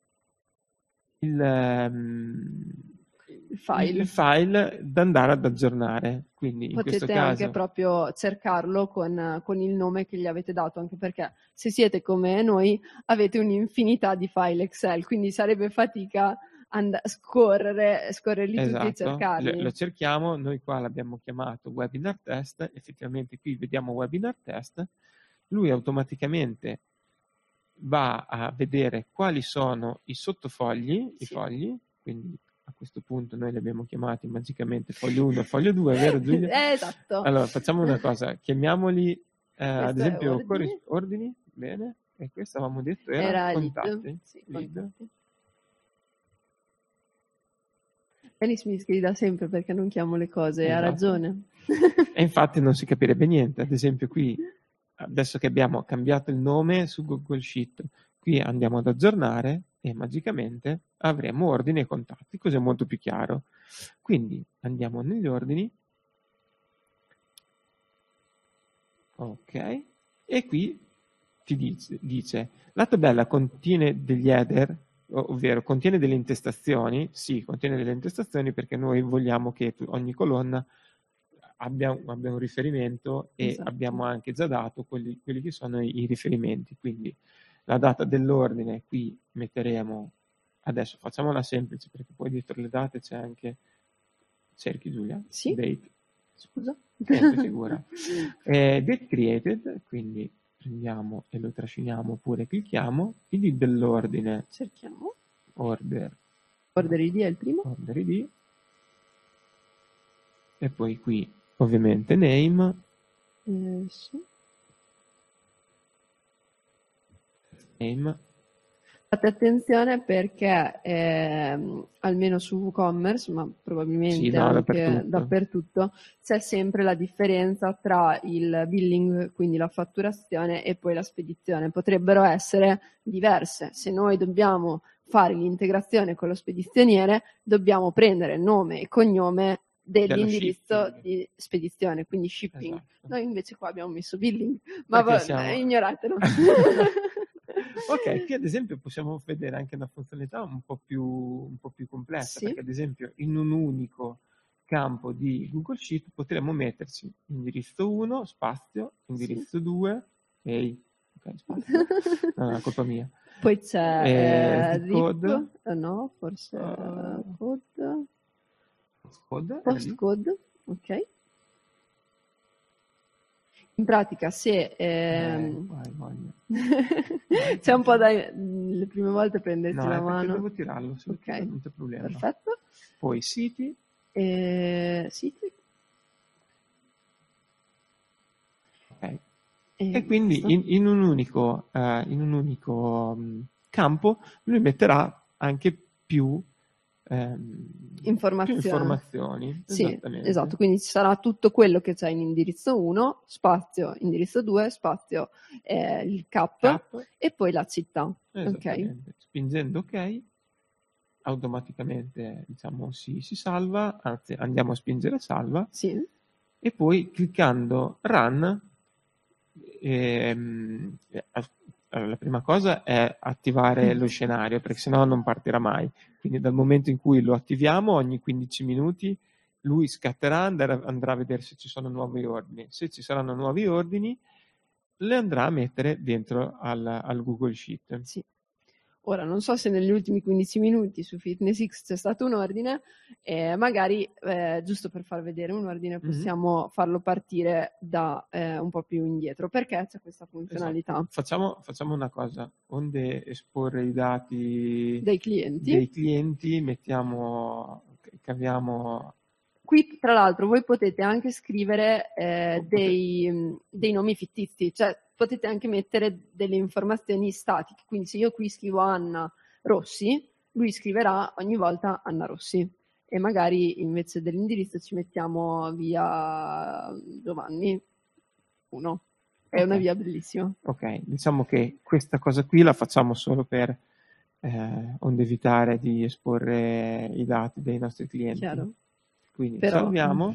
file da andare ad aggiornare. Quindi in questo potete caso anche proprio cercarlo con il nome che gli avete dato, anche perché se siete come noi avete un'infinità di file Excel, quindi sarebbe fatica scorrerli tutti e esatto, cercarli. lo cerchiamo, noi qua l'abbiamo chiamato webinar test, effettivamente qui vediamo webinar test, lui automaticamente va a vedere quali sono i sottofogli, Sì. i fogli, quindi a questo punto noi li abbiamo chiamati magicamente foglio 1 e foglio 2, vero Giulia? Esatto. Allora facciamo una cosa, chiamiamoli ad Questo è esempio ordini. ordini, bene, e questo avevamo detto era Era contatti. lead. Sì, Lead. contatti. Dennis mi scrive da sempre perché non chiamo le cose, Esatto. ha ragione. E infatti non si capirebbe niente, ad esempio qui, adesso che abbiamo cambiato il nome su Google Sheet, qui andiamo ad aggiornare e magicamente avremo ordini e contatti, così è molto più chiaro. Quindi andiamo negli ordini, ok, e qui ti dice la tabella contiene degli header, ovvero contiene delle intestazioni. Sì, contiene delle intestazioni perché noi vogliamo che ogni colonna abbia un riferimento e Esatto. abbiamo anche già dato quelli che sono i riferimenti. Quindi la data dell'ordine qui metteremo, adesso facciamola semplice perché poi dietro le date c'è anche, cerchi Giulia? Sì. Date. Scusa. Niente, figura. Date created, quindi prendiamo e lo trasciniamo oppure clicchiamo, ID dell'ordine, Cerchiamo. order Order ID è il primo. order ID, e poi qui ovviamente name, Sì. name. Fate attenzione perché almeno su WooCommerce, ma probabilmente Sì, no, anche dappertutto, c'è sempre la differenza tra il billing, quindi la fatturazione, e poi la spedizione. Potrebbero essere diverse. Se noi dobbiamo fare l'integrazione con lo spedizioniere, dobbiamo prendere nome e cognome dell'indirizzo di spedizione, quindi shipping. Esatto. Noi invece qua abbiamo messo billing, ma ignoratelo. Ok, qui ad esempio possiamo vedere anche una funzionalità un po' più complessa, sì. perché ad esempio in un unico campo di Google Sheet potremmo metterci indirizzo 1, spazio, indirizzo 2, ok, spazio, no, è colpa mia. Poi c'è zip code, no, forse code, postcode, ok. In pratica se c'è un po' le prime volte prendersi la mano. Devo tirarlo, ok, non c'è problema. Perfetto. Poi siti. Siti. Ok. E quindi in un unico campo lui metterà anche più informazioni. Sì, esatto, quindi ci sarà tutto quello che c'è in indirizzo 1, spazio, indirizzo 2, spazio, il cap e poi la città. Ok. Spingendo ok, automaticamente diciamo si salva, anzi andiamo a spingere salva, sì. E poi cliccando run, la prima cosa è attivare lo scenario, perché sennò non partirà mai. Quindi dal momento in cui lo attiviamo, ogni 15 minuti lui scatterà, andrà a vedere se ci sono nuovi ordini. Se ci saranno nuovi ordini, le andrà a mettere dentro al Google Sheet. Sì. Ora, non so se negli ultimi 15 minuti su FitnessX c'è stato un ordine, magari, giusto per far vedere un ordine, possiamo farlo partire da un po' più indietro, perché c'è questa funzionalità. Esatto. Facciamo una cosa, onde esporre i dati dei clienti, caviamo... Qui, tra l'altro, voi potete anche scrivere dei nomi fittizi, cioè potete anche mettere delle informazioni statiche. Quindi se io qui scrivo Anna Rossi, lui scriverà ogni volta Anna Rossi e magari invece dell'indirizzo ci mettiamo via Giovanni 1. È una Ok. via bellissima. Ok, diciamo che questa cosa qui la facciamo solo per onde evitare di esporre i dati dei nostri clienti. Chiaro? Quindi Però salviamo.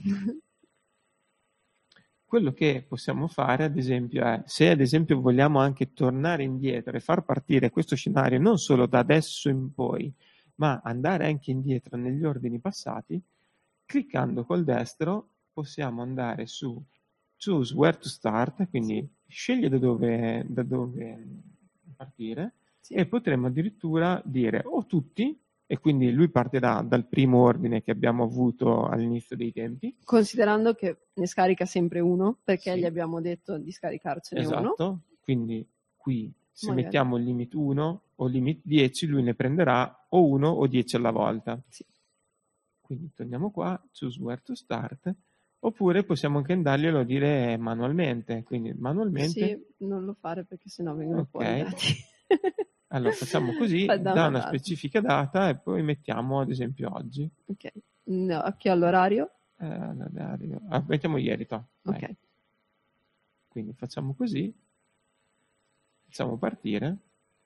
Quello che possiamo fare, ad esempio, è se ad esempio vogliamo anche tornare indietro e far partire questo scenario non solo da adesso in poi, ma andare anche indietro negli ordini passati, cliccando col destro possiamo andare su Choose Where to Start, quindi sceglie da dove partire, sì. e potremo addirittura dire o tutti, e quindi lui partirà dal primo ordine che abbiamo avuto all'inizio dei tempi. Considerando che ne scarica sempre uno, perché Sì. gli abbiamo detto di scaricarcene uno. Esatto, quindi qui se Magari. mettiamo il limit 1 o limit 10, lui ne prenderà o 1 o 10 alla volta. Sì. Quindi torniamo qua, choose where to start, oppure possiamo anche andarglielo a dire manualmente, quindi manualmente. Sì, non lo fare perché sennò vengono fuori i Ok, dati. allora facciamo così, Da da una una data. specifica data e poi mettiamo ad esempio oggi. Ok. No, che all'orario? Mettiamo ieri, dai. Ok. Quindi facciamo così, facciamo partire.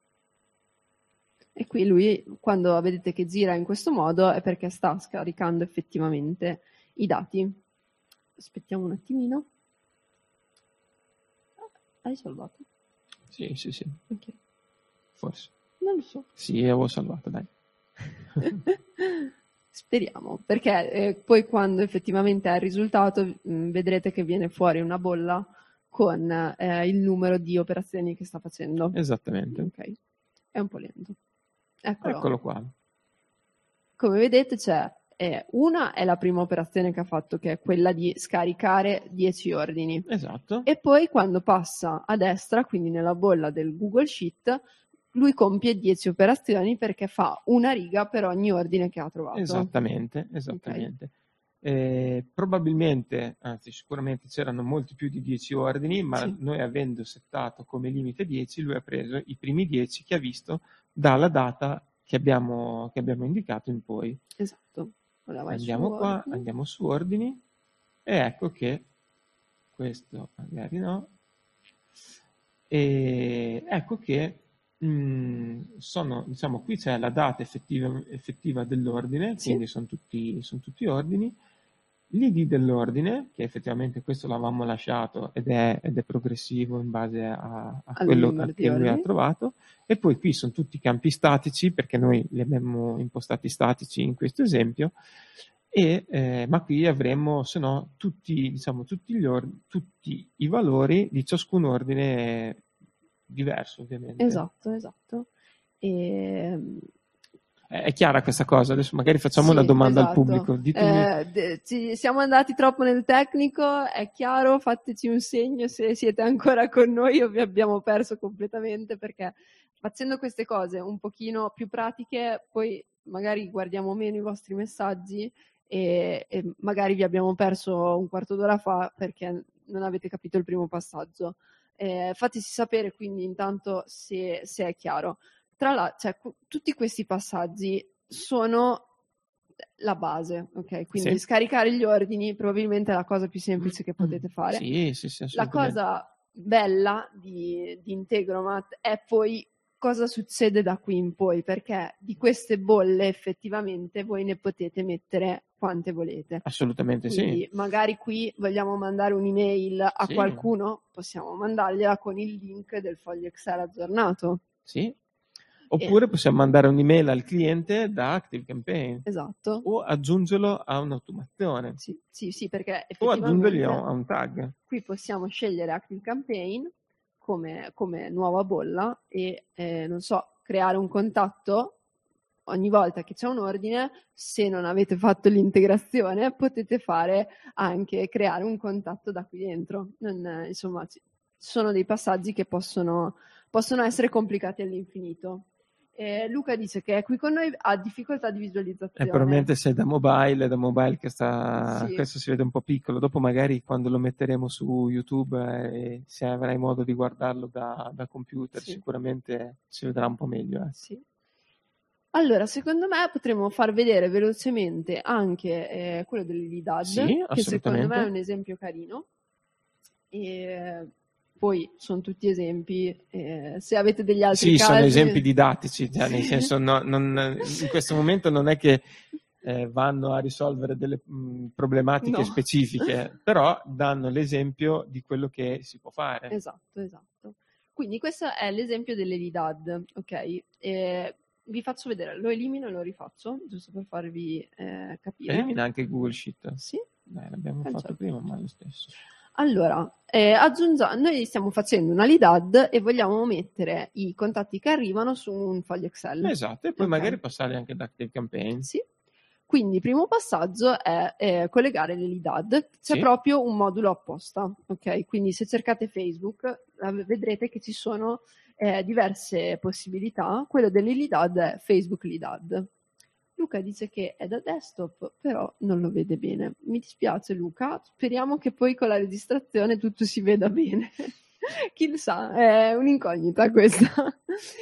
E qui lui, quando vedete che gira in questo modo, è perché sta scaricando effettivamente i dati. Aspettiamo un attimino. Hai salvato? Sì, sì, sì, Ok. forse. Non lo so. Sì, avevo salvato, dai. Speriamo, perché poi quando effettivamente è il risultato vedrete che viene fuori una bolla con il numero di operazioni che sta facendo. Esattamente. Ok, è un po' lento. Eccolo qua. Come vedete c'è una è la prima operazione che ha fatto, che è quella di scaricare 10 ordini. Esatto. E poi quando passa a destra, quindi nella bolla del Google Sheet, lui compie 10 operazioni perché fa una riga per ogni ordine che ha trovato. Esattamente. Probabilmente, anzi sicuramente c'erano molti più di 10 ordini, ma Sì. noi avendo settato come limite 10, lui ha preso i primi 10 che ha visto dalla data che abbiamo indicato in poi. Esatto. Ora vai Andiamo su qua, ordini. andiamo su ordini e ecco che questo magari no. E ecco che sono, diciamo, qui c'è la data effettiva dell'ordine, Sì. quindi sono tutti ordini, l'ID dell'ordine, che effettivamente questo l'avevamo lasciato ed è progressivo in base a Al quello numero di che lui ha ordini. trovato, e poi qui sono tutti i campi statici, perché noi li abbiamo impostati statici in questo esempio, ma qui avremo, se no, tutti i valori di ciascun ordine diverso, ovviamente. Esatto. È chiara questa cosa? Adesso magari facciamo Sì, una domanda al esatto. pubblico. Ditemi. Siamo andati troppo nel tecnico, è chiaro, fateci un segno se siete ancora con noi o vi abbiamo perso completamente, perché facendo queste cose un pochino più pratiche, poi magari guardiamo meno i vostri messaggi e magari vi abbiamo perso un quarto d'ora fa perché non avete capito il primo passaggio. Fateci sapere quindi intanto se è chiaro. Tra l'altro, tutti questi passaggi sono la base, ok? Quindi Sì. scaricare gli ordini probabilmente è la cosa più semplice che potete fare. Sì, La assolutamente. cosa bella di Integromat è poi cosa succede da qui in poi, perché di queste bolle effettivamente voi ne potete mettere quante volete. Assolutamente Quindi sì. magari qui vogliamo mandare un'email a Sì. qualcuno, possiamo mandargliela con il link del foglio Excel aggiornato. Sì. Oppure possiamo mandare un'email al cliente da ActiveCampaign. Esatto. O aggiungerlo a un'automazione. Sì, perché O aggiungergli effettivamente a un tag. qui possiamo scegliere ActiveCampaign come nuova bolla e non so, creare un contatto ogni volta che c'è un ordine. Se non avete fatto l'integrazione potete fare anche creare un contatto da qui dentro. Insomma, sono dei passaggi che possono essere complicati all'infinito. Luca dice che è qui con noi, ha difficoltà di visualizzazione. Probabilmente se è da mobile che Sì. questo si vede un po' piccolo. Dopo magari quando lo metteremo su YouTube, se avrai modo di guardarlo da computer, Sì. sicuramente si vedrà un po' meglio. Sì. Allora, secondo me potremmo far vedere velocemente anche quello dell'Ilidad, Sì, che secondo me è assolutamente. un esempio carino. E poi sono tutti esempi. Se avete degli altri Sì, sono casi... esempi didattici, cioè nel senso in questo momento non è che vanno a risolvere delle problematiche No. specifiche, però danno l'esempio di quello che si può fare. Esatto, esatto. Quindi questo è l'esempio dell'Elidad, ok? Vi faccio vedere, lo elimino e lo rifaccio, giusto per farvi capire. Elimina anche Google Sheet. Sì. Dai, l'abbiamo fatto prima, ma è lo stesso. Allora, noi stiamo facendo una Lidad e vogliamo mettere i contatti che arrivano su un foglio Excel. Esatto, e poi Ok. magari passare anche da ActiveCampaign. Sì. Quindi il primo passaggio è collegare le Lidad. C'è Sì. proprio un modulo apposta, ok? Quindi se cercate Facebook vedrete che ci sono diverse possibilità. Quello delle Lidad è Facebook Lidad. Luca dice che è da desktop, però non lo vede bene. Mi dispiace Luca, speriamo che poi con la registrazione tutto si veda bene. Chi lo sa, è un'incognita questa.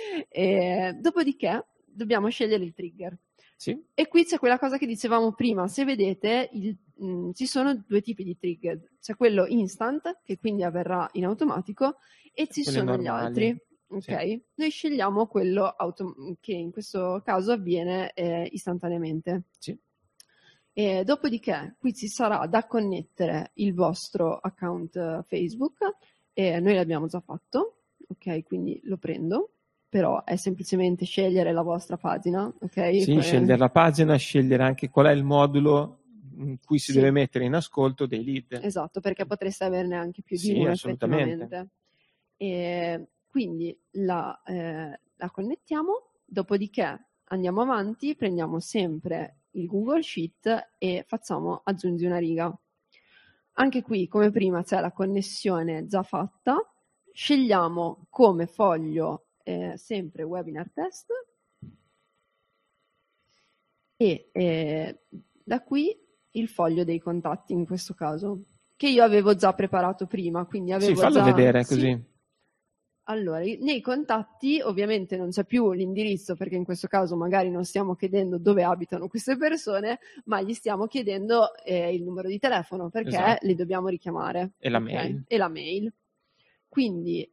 Dopodiché dobbiamo scegliere il trigger. Sì. E qui c'è quella cosa che dicevamo prima, se vedete ci sono due tipi di trigger, c'è quello instant che quindi avverrà in automatico e ci Quelli sono normali. gli altri. Ok, sì. Noi scegliamo quello che in questo caso avviene istantaneamente. Sì. E dopodiché qui ci sarà da connettere il vostro account Facebook e noi l'abbiamo già fatto, ok, quindi lo prendo, però è semplicemente scegliere la vostra pagina, ok? Sì, scegliere la pagina, scegliere anche qual è il modulo in cui si deve mettere in ascolto dei lead. Esatto, perché potreste averne anche più di Sì, uno assolutamente. effettivamente. E quindi la connettiamo, dopodiché andiamo avanti, prendiamo sempre il Google Sheet e facciamo aggiungi una riga. Anche qui, come prima, c'è la connessione già fatta, scegliamo come foglio sempre webinar test e da qui il foglio dei contatti in questo caso, che io avevo già preparato prima, quindi avevo sì, fallo già... vedere sì. così. Allora, nei contatti ovviamente non c'è più l'indirizzo perché in questo caso magari non stiamo chiedendo dove abitano queste persone, ma gli stiamo chiedendo il numero di telefono perché Esatto. li dobbiamo richiamare. E la mail. E la mail. Quindi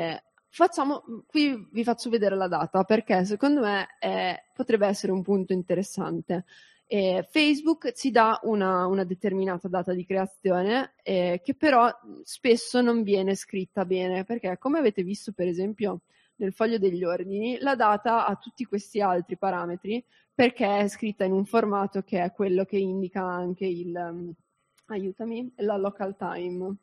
qui vi faccio vedere la data perché secondo me potrebbe essere un punto interessante. Facebook ci dà una determinata data di creazione che però spesso non viene scritta bene perché come avete visto per esempio nel foglio degli ordini la data ha tutti questi altri parametri perché è scritta in un formato che è quello che indica anche la local time.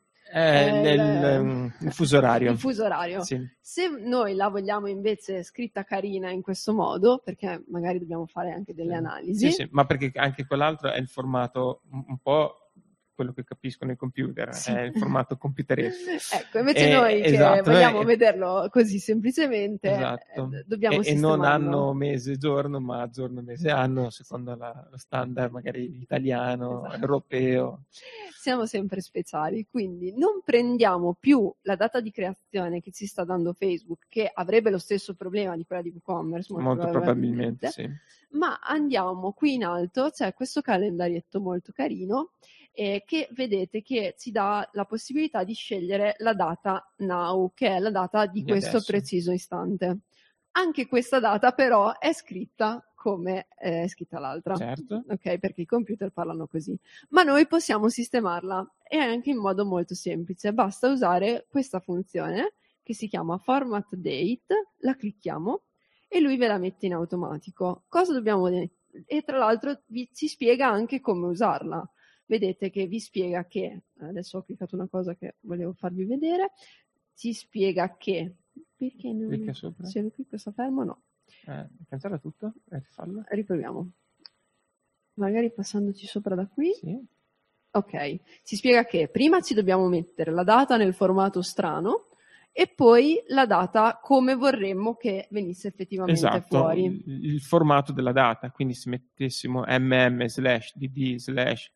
Il fuso orario. Il fuso orario. Sì. Se noi la vogliamo invece scritta carina in questo modo, perché magari dobbiamo fare anche delle analisi. Sì, ma perché anche quell'altro è il formato un po' quello che capiscono i computer, sì. È il formato computeresco. Ecco, invece noi che vogliamo vederlo così semplicemente, esatto. dobbiamo e non anno, mese, giorno, ma giorno, mese, anno, secondo lo standard magari italiano, esatto. Europeo. Siamo sempre speciali, quindi non prendiamo più la data di creazione che ci sta dando Facebook, che avrebbe lo stesso problema di quella di WooCommerce, molto probabilmente sì. Ma andiamo qui in alto, c'è questo calendarietto molto carino, che vedete che ci dà la possibilità di scegliere la data now, che è la data di questo adesso. Preciso istante. Anche questa data però è scritta come è scritta l'altra, certo. Ok, perché i computer parlano così. Ma noi possiamo sistemarla e anche in modo molto semplice. Basta usare questa funzione che si chiama Format Date, la clicchiamo e lui ve la mette in automatico. Cosa dobbiamo dire? E tra l'altro ci spiega anche come usarla. Vedete che vi spiega che, adesso ho cliccato una cosa che volevo farvi vedere, ci spiega che, perché non... Clicca sopra. Se lo clicco sta fermo, no. Cancella tutto e rifallo. Riproviamo. Magari passandoci sopra da qui. Sì. Ok, ci spiega che prima ci dobbiamo mettere la data nel formato strano e poi la data come vorremmo che venisse effettivamente fuori. Il formato della data, quindi se mettessimo mm/dd/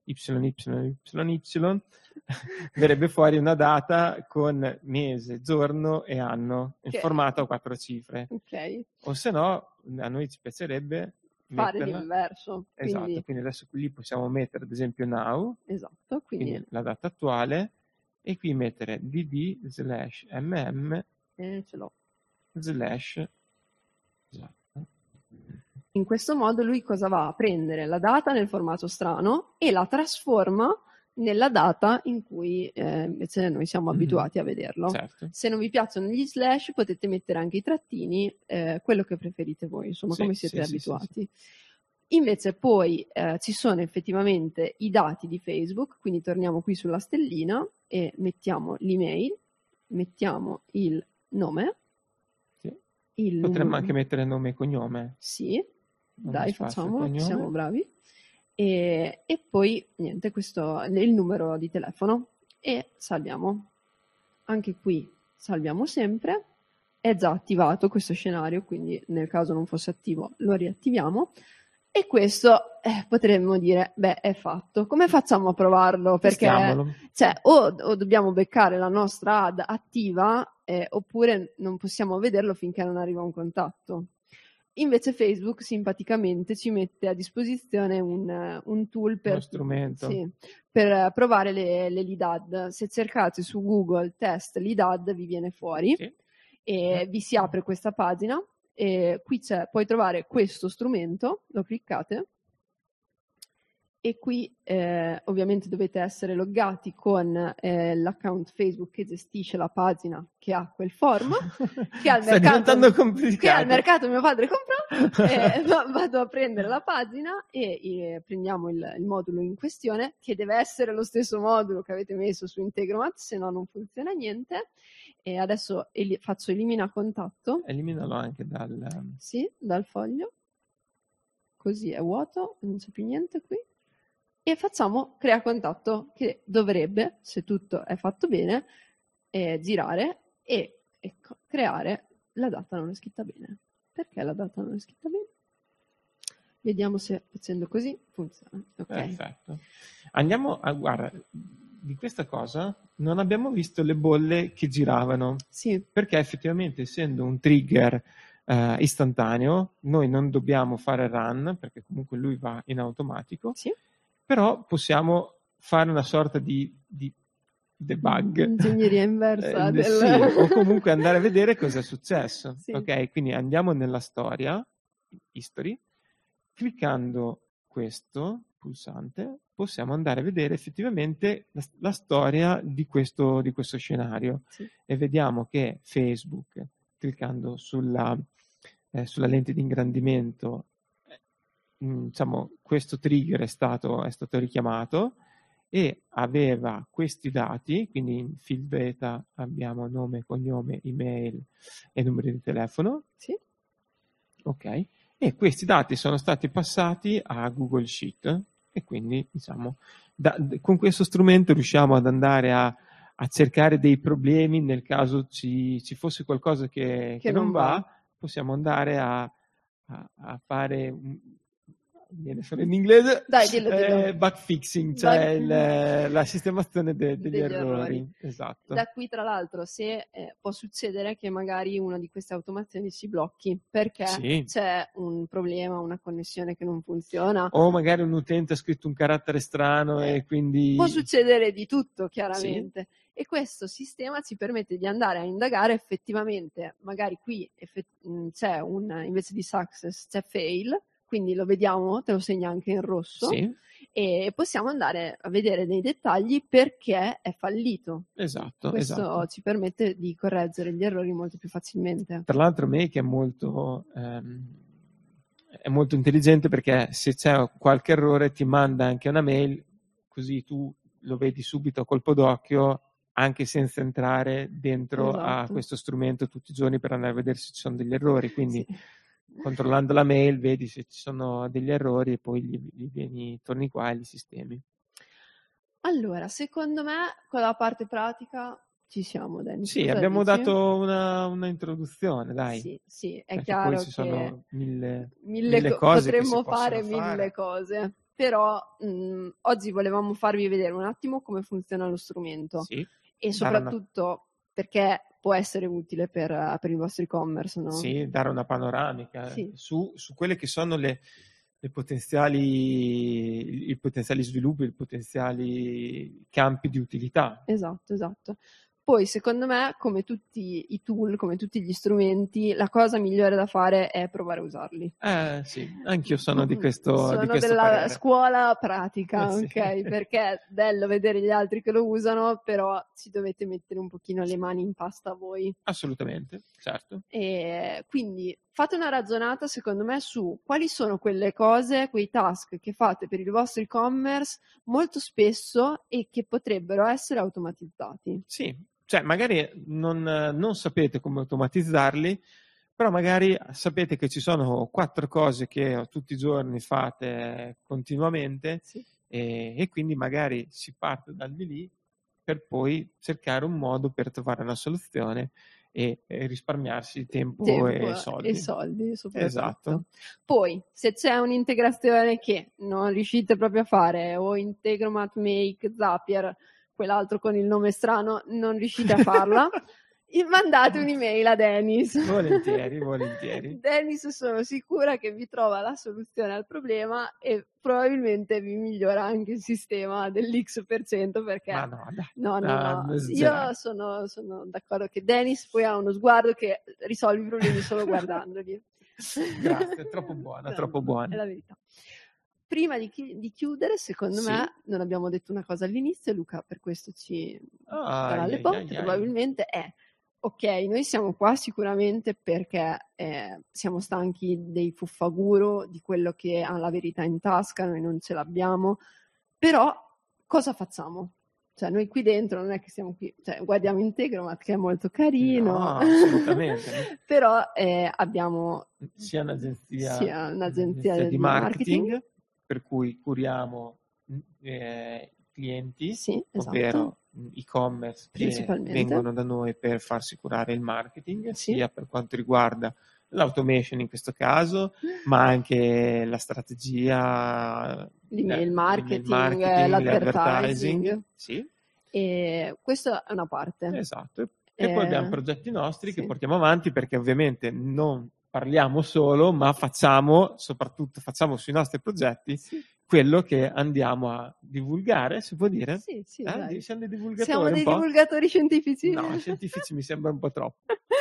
YYYY, verrebbe fuori una data con mese, giorno e anno in Ok. formato a 4 cifre. Ok, O se no, a noi ci piacerebbe fare metterla. l'inverso. Esatto, quindi adesso qui possiamo mettere ad esempio now, Esatto, quindi quindi la data attuale, e qui mettere dd/mm/. ce l'ho. Esatto. In questo modo lui cosa va a prendere? La data nel formato strano e la trasforma nella data in cui invece noi siamo abituati a vederlo. Certo. Se non vi piacciono gli slash potete mettere anche i trattini, quello che preferite voi, insomma, Sì, come siete sì, sì, abituati. Invece poi ci sono effettivamente i dati di Facebook, quindi torniamo qui sulla stellina e mettiamo l'email, mettiamo il nome, Sì. il Potremmo numero. anche mettere nome e cognome. Sì, Nome, dai, spazio, facciamolo, cognome. siamo bravi. E poi niente, questo è il numero di telefono e salviamo. Anche qui salviamo sempre. È già attivato questo scenario, quindi nel caso non fosse attivo lo riattiviamo. E questo potremmo dire, beh, è fatto. Come facciamo a provarlo? Perché Testiamolo. cioè, o dobbiamo beccare la nostra ad attiva oppure non possiamo vederlo finché non arriva un contatto. Invece Facebook simpaticamente ci mette a disposizione un tool Uno strumento. sì, per provare le lead ad. Se cercate su Google test lead ad vi viene fuori Sì. e vi si apre questa pagina e qui puoi trovare questo strumento, lo cliccate e qui ovviamente dovete essere loggati con l'account Facebook che gestisce la pagina che ha quel form che al Sta diventando complicato. che al mercato mio padre comprò. Vado a prendere la pagina e prendiamo il modulo in questione, che deve essere lo stesso modulo che avete messo su Integromat, se no non funziona niente. E adesso faccio elimina contatto. Eliminalo anche dal... Sì, dal foglio. Così è vuoto, non c'è più niente qui. E facciamo crea contatto, che dovrebbe, se tutto è fatto bene, girare e creare la data non è scritta bene. Perché la data non è scritta bene? Vediamo se facendo così funziona. Okay. Perfetto. Andiamo a guarda, di questa cosa non abbiamo visto le bolle che giravano. Sì. Perché effettivamente, essendo un trigger istantaneo, noi non dobbiamo fare run, perché comunque lui va in automatico. Sì. Però possiamo fare una sorta di debug. Ingegneria inversa. Sì, o comunque andare a vedere cosa è successo. Sì. Ok, quindi andiamo nella storia, history, cliccando questo pulsante, possiamo andare a vedere effettivamente la storia di questo scenario. Sì. E vediamo che Facebook, cliccando sulla lente di ingrandimento, diciamo, questo trigger è stato richiamato e aveva questi dati, quindi in field beta abbiamo nome, cognome, email e numero di telefono. Sì. Ok, e questi dati sono stati passati a Google Sheet e quindi, diciamo, con questo strumento riusciamo ad andare a cercare dei problemi nel caso ci fosse qualcosa che non va, possiamo andare a fare sono in inglese. Dai, dillo. Bug fixing, cioè la sistemazione degli errori. Esatto. Da qui, tra l'altro, se può succedere che magari una di queste automazioni si blocchi perché c'è un problema, una connessione che non funziona. O magari un utente ha scritto un carattere strano e quindi... Può succedere di tutto, chiaramente. Sì. E questo sistema ci permette di andare a indagare effettivamente, magari qui c'è invece di success c'è fail, quindi lo vediamo, te lo segna anche in rosso, e possiamo andare a vedere nei dettagli perché è fallito. Esatto. Questo ci permette di correggere gli errori molto più facilmente. Tra l'altro Make è molto intelligente, perché se c'è qualche errore ti manda anche una mail, così tu lo vedi subito a colpo d'occhio, anche senza entrare dentro a questo strumento tutti i giorni per andare a vedere se ci sono degli errori, quindi controllando la mail vedi se ci sono degli errori e poi torni qua e li sistemi. Allora, secondo me con la parte pratica ci siamo, Dennis. Sì, abbiamo dato una introduzione, dai. Sì, è perché chiaro poi ci sono mille cose potremmo fare mille cose. però oggi volevamo farvi vedere un attimo come funziona lo strumento Sì. e soprattutto perché può essere utile per il vostro e-commerce, no? Sì, dare una panoramica Sì. su quelle che sono i potenziali sviluppi, i potenziali campi di utilità. Esatto. Poi, secondo me, come tutti i tool, come tutti gli strumenti, la cosa migliore da fare è provare a usarli. Sì, anch'io sono di questo Sono della parere. scuola pratica, Sì. ok? Perché è bello vedere gli altri che lo usano, però ci dovete mettere un pochino le mani in pasta voi. Assolutamente, certo. E quindi fate una ragionata, secondo me, su quali sono quelle cose, quei task che fate per il vostro e-commerce molto spesso e che potrebbero essere automatizzati. Sì, cioè magari non sapete come automatizzarli, però magari sapete che ci sono 4 cose che tutti i giorni fate continuamente, Sì. e quindi magari si parte da lì per poi cercare un modo per trovare una soluzione e risparmiarsi tempo e soldi. E soldi soprattutto. Esatto. Poi, se c'è un'integrazione che non riuscite proprio a fare, o Integromat, Make, Zapier, quell'altro con il nome strano, non riuscite a farla, mandate un'email a Dennis. Volentieri. Dennis, sono sicura che vi trova la soluzione al problema e probabilmente vi migliora anche il sistema dell'X% perché... Ma no, dai. No. Io sono d'accordo che Dennis poi ha uno sguardo che risolve i problemi solo guardandoli. Grazie, è troppo buona, troppo buona. È la verità. Prima di chiudere, secondo me, non abbiamo detto una cosa all'inizio, Luca per questo ci darà le botte, probabilmente è: ok, noi siamo qua sicuramente perché siamo stanchi dei fuffaguru, di quello che ha la verità in tasca, noi non ce l'abbiamo, però cosa facciamo? Cioè noi qui dentro non è che siamo qui, cioè guardiamo Integromat che è molto carino, no, assolutamente. però abbiamo sia un'agenzia di marketing, per cui curiamo clienti, sì, ovvero e-commerce che vengono da noi per farsi curare il marketing, sia per quanto riguarda l'automation in questo caso, ma anche la strategia, l'email marketing, l'advertising. Sì. E questa è una parte. Esatto. E poi abbiamo progetti nostri che portiamo avanti, perché ovviamente non parliamo solo, ma soprattutto facciamo sui nostri progetti quello che andiamo a divulgare, si può dire? Sì, siamo dei divulgatori. Siamo dei divulgatori scientifici. No, scientifici mi sembra un po' troppo.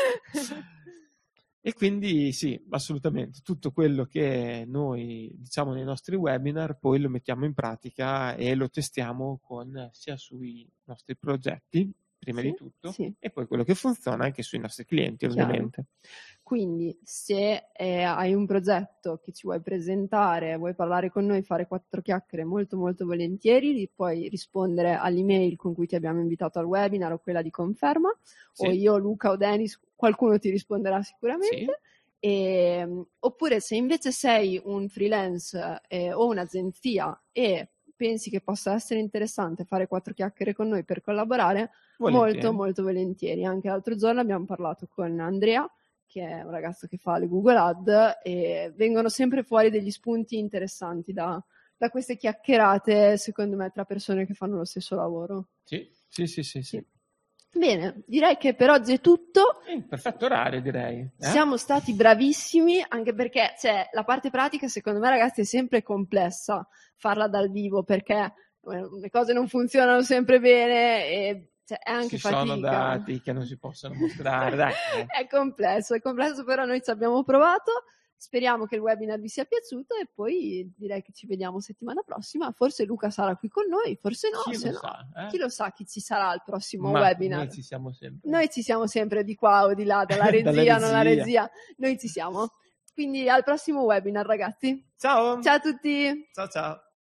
E quindi sì, assolutamente, tutto quello che noi diciamo nei nostri webinar poi lo mettiamo in pratica e lo testiamo sia sui nostri progetti, prima di tutto, e poi quello che funziona anche sui nostri clienti, ovviamente. Quindi se hai un progetto che ci vuoi presentare, vuoi parlare con noi, fare 4 chiacchiere, molto molto volentieri, puoi rispondere all'email con cui ti abbiamo invitato al webinar o quella di conferma, o io, Luca o Dennis, qualcuno ti risponderà sicuramente. Oppure se invece sei un freelance o un'agenzia e pensi che possa essere interessante fare 4 chiacchiere con noi per collaborare, molto molto volentieri. Anche l'altro giorno abbiamo parlato con Andrea, che è un ragazzo che fa le Google Ad, e vengono sempre fuori degli spunti interessanti da queste chiacchierate, secondo me, tra persone che fanno lo stesso lavoro. Sì. Bene, direi che per oggi è tutto. Perfetto orario, direi. Siamo stati bravissimi, anche perché la parte pratica, secondo me, ragazzi, è sempre complessa farla dal vivo, perché le cose non funzionano sempre bene e è anche fatica. Ci sono dati che non si possono mostrare, dai. È complesso, però noi ci abbiamo provato. Speriamo che il webinar vi sia piaciuto e poi direi che ci vediamo settimana prossima. Forse Luca sarà qui con noi, forse no. Chi lo sa chi ci sarà al prossimo webinar. Noi ci siamo sempre. Noi ci siamo sempre di qua o di là, dalla regia, non la regia. Noi ci siamo. Quindi al prossimo webinar, ragazzi. Ciao. Ciao a tutti. Ciao.